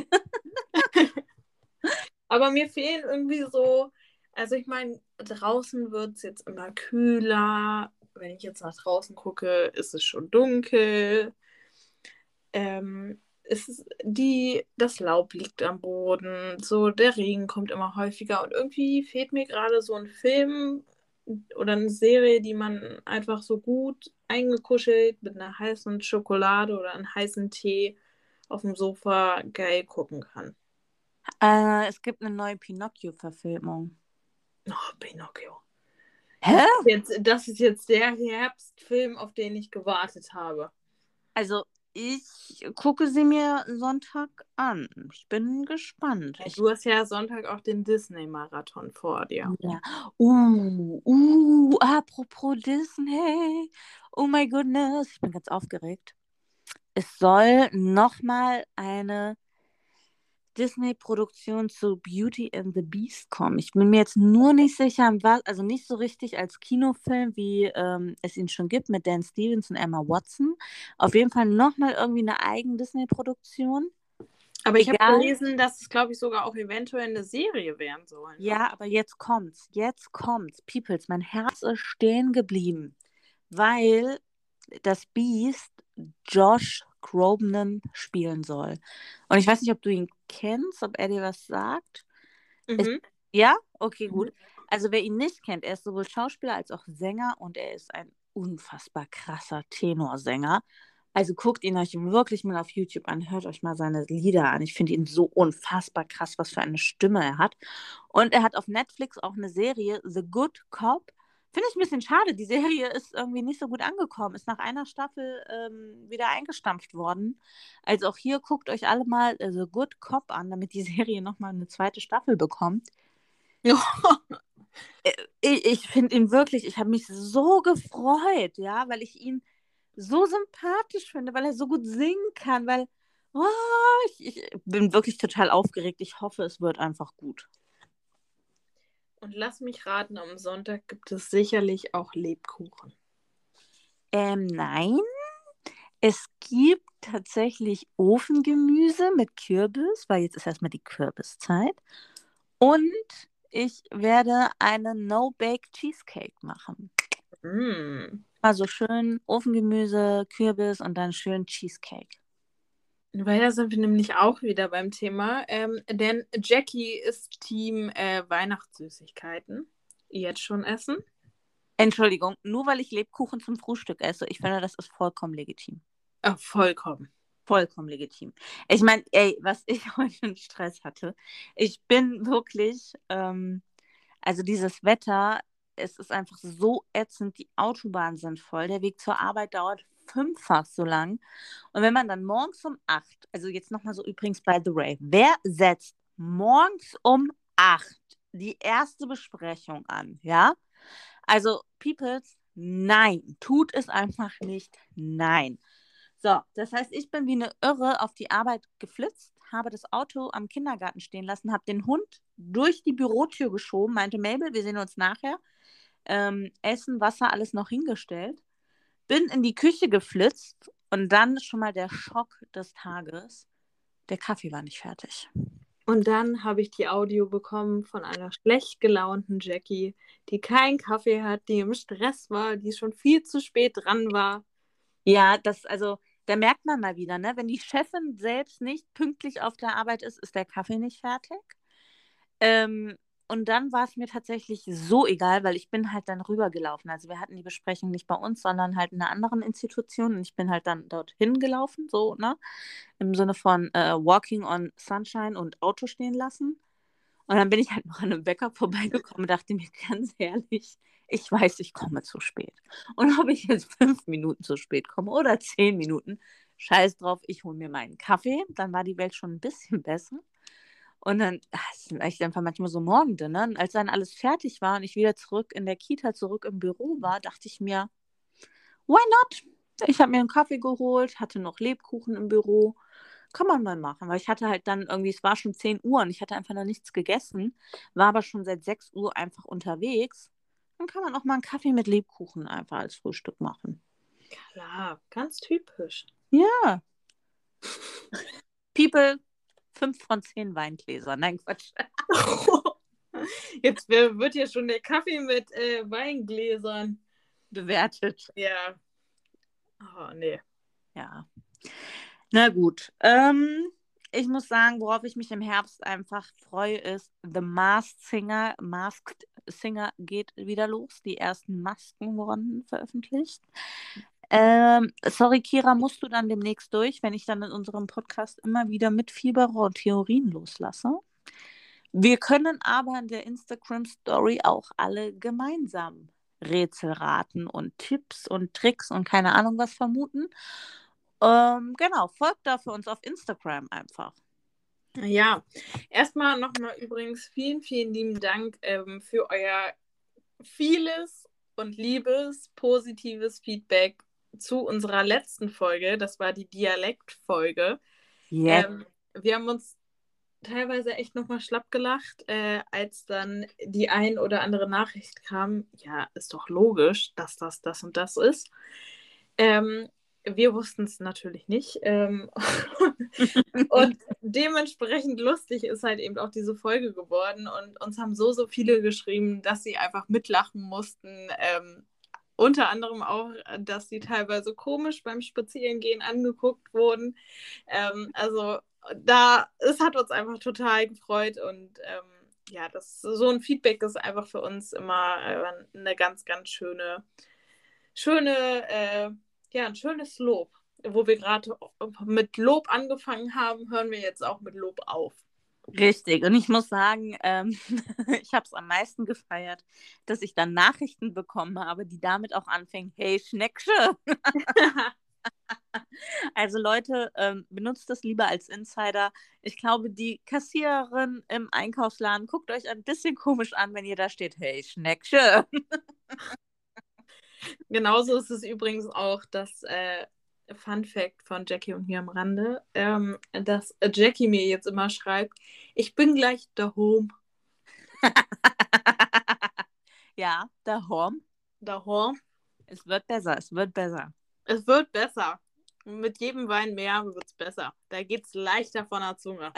Aber mir fehlen irgendwie so, also ich meine, draußen wird es jetzt immer kühler. Wenn ich jetzt nach draußen gucke, ist es schon dunkel. Ähm, es ist die, das Laub liegt am Boden, so der Regen kommt immer häufiger und irgendwie fehlt mir gerade so ein Film oder eine Serie, die man einfach so gut eingekuschelt mit einer heißen Schokolade oder einem heißen Tee auf dem Sofa geil gucken kann. Äh, es gibt eine neue Pinocchio-Verfilmung. Oh, Pinocchio. Hä? Das ist jetzt, das ist jetzt der Herbstfilm, auf den ich gewartet habe. Also, ich gucke sie mir Sonntag an. Ich bin gespannt. Ja, Ich, du hast ja Sonntag auch den Disney-Marathon vor dir. ja. Uh, uh, apropos Disney. Oh my goodness, ich bin ganz aufgeregt. Es soll nochmal eine Disney-Produktion zu Beauty and the Beast kommen. Ich bin mir jetzt nur nicht sicher, was, also nicht so richtig als Kinofilm, wie ähm, es ihn schon gibt mit Dan Stevens und Emma Watson. Auf jeden Fall nochmal irgendwie eine eigene Disney-Produktion. Aber ich habe Egal. gelesen, dass es, glaube ich, sogar auch eventuell eine Serie werden soll. Ja, aber jetzt kommt's. Jetzt kommt's. Peoples, mein Herz ist stehen geblieben, weil das Beast Josh Groban spielen soll. Und ich weiß nicht, ob du ihn kennst, ob er dir was sagt. Es, Mhm. ja? Okay, gut. Mhm. Also wer ihn nicht kennt, er ist sowohl Schauspieler als auch Sänger und er ist ein unfassbar krasser Tenorsänger. Also guckt ihn euch wirklich mal auf YouTube an, hört euch mal seine Lieder an. Ich finde ihn so unfassbar krass, was für eine Stimme er hat. Und er hat auf Netflix auch eine Serie, The Good Cop. Finde ich ein bisschen schade. Die Serie ist irgendwie nicht so gut angekommen, ist nach einer Staffel ähm, wieder eingestampft worden. Also auch hier guckt euch alle mal äh, The Good Cop an, damit die Serie nochmal eine zweite Staffel bekommt. Ich, ich finde ihn wirklich, ich habe mich so gefreut, ja, weil ich ihn so sympathisch finde, weil er so gut singen kann, weil oh, ich, ich bin wirklich total aufgeregt. Ich hoffe, es wird einfach gut. Und lass mich raten, am Sonntag gibt es sicherlich auch Lebkuchen. Ähm, nein, es gibt tatsächlich Ofengemüse mit Kürbis, weil jetzt ist erstmal die Kürbiszeit. Und ich werde einen No-Bake Cheesecake machen. Mm. Also schön Ofengemüse, Kürbis und dann schön Cheesecake. Weil da sind wir nämlich auch wieder beim Thema. Ähm, denn Jackie ist Team äh, Weihnachtssüßigkeiten. Jetzt schon essen? Entschuldigung, nur weil ich Lebkuchen zum Frühstück esse, ich finde, das ist vollkommen legitim. Ach, vollkommen. Vollkommen legitim. Ich meine, ey, was ich heute für einen Stress hatte. Ich bin wirklich, ähm, also dieses Wetter, es ist einfach so ätzend, die Autobahnen sind voll, der Weg zur Arbeit dauert fünffach so lang. Und wenn man dann morgens um acht, also jetzt nochmal so übrigens by the way, wer setzt morgens um acht die erste Besprechung an, ja? Also, Peoples, nein, tut es einfach nicht, nein. So, das heißt, ich bin wie eine Irre auf die Arbeit geflitzt, habe das Auto am Kindergarten stehen lassen, habe den Hund durch die Bürotür geschoben, meinte Mabel, wir sehen uns nachher. Ähm, Essen, Wasser, alles noch hingestellt. Bin in die Küche geflitzt, Und dann schon mal der Schock des Tages. Der Kaffee war nicht fertig. Und dann habe ich die Audio bekommen von einer schlecht gelaunten Jackie, die keinen Kaffee hat, die im Stress war, die schon viel zu spät dran war. Ja, das, also, da merkt man mal wieder, ne? Wenn die Chefin selbst nicht pünktlich auf der Arbeit ist, ist der Kaffee nicht fertig. Ähm, und dann war es mir tatsächlich so egal, weil ich bin halt dann rübergelaufen. Also wir hatten die Besprechung nicht bei uns, sondern halt in einer anderen Institution. Und ich bin halt dann dorthin gelaufen, so, ne? Im Sinne von äh, Walking on Sunshine und Auto stehen lassen. Und dann bin ich halt noch an einem Bäcker vorbeigekommen und dachte mir ganz ehrlich, ich weiß, ich komme zu spät. Und ob ich jetzt fünf Minuten zu spät komme oder zehn Minuten, scheiß drauf, ich hole mir meinen Kaffee. Dann war die Welt schon ein bisschen besser. Und dann, ach, es sind echt einfach manchmal so Morgende, ne? Und als dann alles fertig war und ich wieder zurück in der Kita, zurück im Büro war, dachte ich mir, why not? Ich habe mir einen Kaffee geholt, hatte noch Lebkuchen im Büro. Kann man mal machen, weil ich hatte halt dann irgendwie, es war schon zehn Uhr und ich hatte einfach noch nichts gegessen, war aber schon seit sechs Uhr einfach unterwegs. Dann kann man auch mal einen Kaffee mit Lebkuchen einfach als Frühstück machen. Klar, ganz typisch. Ja. People, fünf von zehn Weingläser. Nein, Quatsch. Jetzt wird ja schon der Kaffee mit äh, Weingläsern Bewertet. Ja. Oh, nee. Ja. Na gut. Ähm, ich muss sagen, worauf ich mich im Herbst einfach freue, ist The Masked Singer. Masked Singer geht wieder los. Die ersten Masken wurden veröffentlicht. Ähm, sorry, Kira, musst du dann demnächst durch, wenn ich dann in unserem Podcast immer wieder mitfiebere und Theorien loslasse. Wir können aber in der Instagram-Story auch alle gemeinsam Rätsel raten und Tipps und Tricks und keine Ahnung was vermuten. Ähm, genau, folgt da für uns auf Instagram einfach. Ja, erstmal nochmal übrigens vielen, vielen lieben Dank ähm, für euer vieles und liebes, positives Feedback zu unserer letzten Folge. Das war die Dialektfolge. Yes. Ähm, wir haben uns teilweise echt nochmal schlapp gelacht, äh, als dann die ein oder andere Nachricht kam. Ja, ist doch logisch, dass das das und das ist. Ähm, wir wussten es natürlich nicht. Ähm, und dementsprechend lustig ist halt eben auch diese Folge geworden. Und uns haben so, so viele geschrieben, dass sie einfach mitlachen mussten. Ähm, unter anderem auch, dass sie teilweise komisch beim Spazierengehen angeguckt wurden. Ähm, also da, es hat uns einfach total gefreut. Und ähm, ja, das, so ein Feedback ist einfach für uns immer äh, eine ganz, ganz schöne, schöne, äh, ja, ein schönes Lob. Wo wir gerade mit Lob angefangen haben, hören wir jetzt auch mit Lob auf. Richtig. Und ich muss sagen, ähm, ich habe es am meisten gefeiert, dass ich dann Nachrichten bekommen habe, die damit auch anfängen, hey Schnecksche. Also Leute, ähm, benutzt das lieber als Insider. Ich glaube, die Kassiererin im Einkaufsladen guckt euch ein bisschen komisch an, wenn ihr da steht, hey Schnecksche. Genauso ist es übrigens auch das äh, Fun Fact von Jackie und mir am Rande, ähm, dass Jackie mir jetzt immer schreibt, ich bin gleich daheim. Ja, daheim. Daheim. Es wird besser, es wird besser. Es wird besser. Mit jedem Wein mehr wird es besser. Da geht es leichter von der Zunge.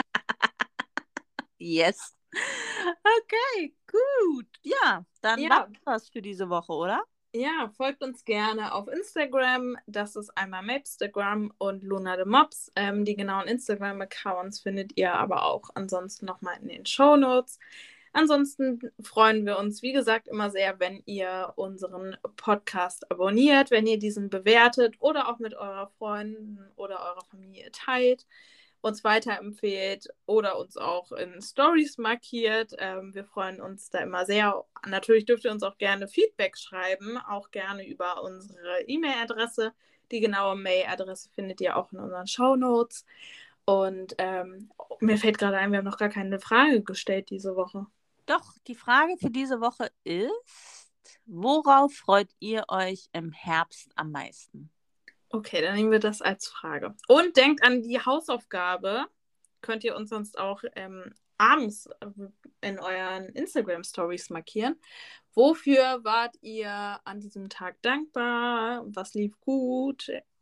Yes. Okay, gut. Ja, dann Ja. war's das für diese Woche, oder? Ja, folgt uns gerne auf Instagram. Das ist einmal Mapstagram und Luna the Mops. Ähm, die genauen Instagram-Accounts findet ihr aber auch ansonsten nochmal in den Shownotes. Ansonsten freuen wir uns, wie gesagt, immer sehr, wenn ihr unseren Podcast abonniert, wenn ihr diesen bewertet oder auch mit eurer Freundin oder eurer Familie teilt, uns weiterempfehlt oder uns auch in Stories markiert. Ähm, wir freuen uns da immer sehr. Natürlich dürft ihr uns auch gerne Feedback schreiben, auch gerne über unsere E-Mail-Adresse. Die genaue Mail-Adresse findet ihr auch in unseren Shownotes. Und ähm, mir fällt gerade ein, wir haben noch gar keine Frage gestellt diese Woche. Doch, die Frage für diese Woche ist, worauf freut ihr euch im Herbst am meisten? Okay, dann nehmen wir das als Frage. Und denkt an die Hausaufgabe. Könnt ihr uns sonst auch ähm, abends in euren Instagram-Stories markieren. Wofür wart ihr an diesem Tag dankbar? Was lief gut?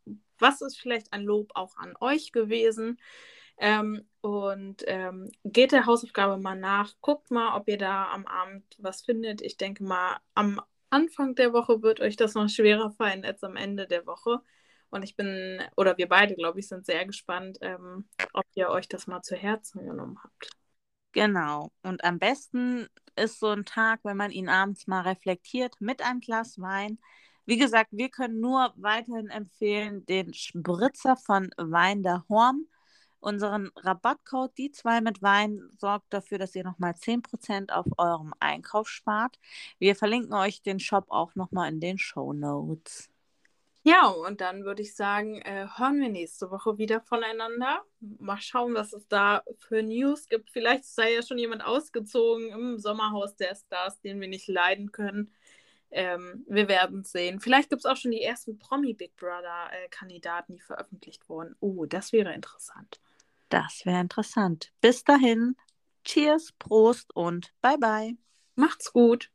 was ist vielleicht ein Lob auch an euch gewesen? Ähm, und ähm, geht der Hausaufgabe mal nach, guckt mal, ob ihr da am Abend was findet. Ich denke mal, am Anfang der Woche wird euch das noch schwerer fallen als am Ende der Woche. Und ich bin, oder wir beide, glaube ich, sind sehr gespannt, ähm, ob ihr euch das mal zu Herzen genommen habt. Genau. Und am besten ist so ein Tag, wenn man ihn abends mal reflektiert mit einem Glas Wein. Wie gesagt, wir können nur weiterhin empfehlen, den Spritzer von Wein der Horm. Unseren Rabattcode, die zwei mit Wein, sorgt dafür, dass ihr nochmal zehn Prozent auf eurem Einkauf spart. Wir verlinken euch den Shop auch nochmal in den Shownotes. Ja, und dann würde ich sagen, äh, hören wir nächste Woche wieder voneinander. Mal schauen, was es da für News gibt. Vielleicht sei ja schon jemand ausgezogen im Sommerhaus der Stars, den wir nicht leiden können. Ähm, wir werden es sehen. Vielleicht gibt es auch schon die ersten Promi-Big Brother-Kandidaten, die veröffentlicht wurden. Oh, das wäre interessant. Das wäre interessant. Bis dahin, Cheers, Prost und bye bye. Macht's gut.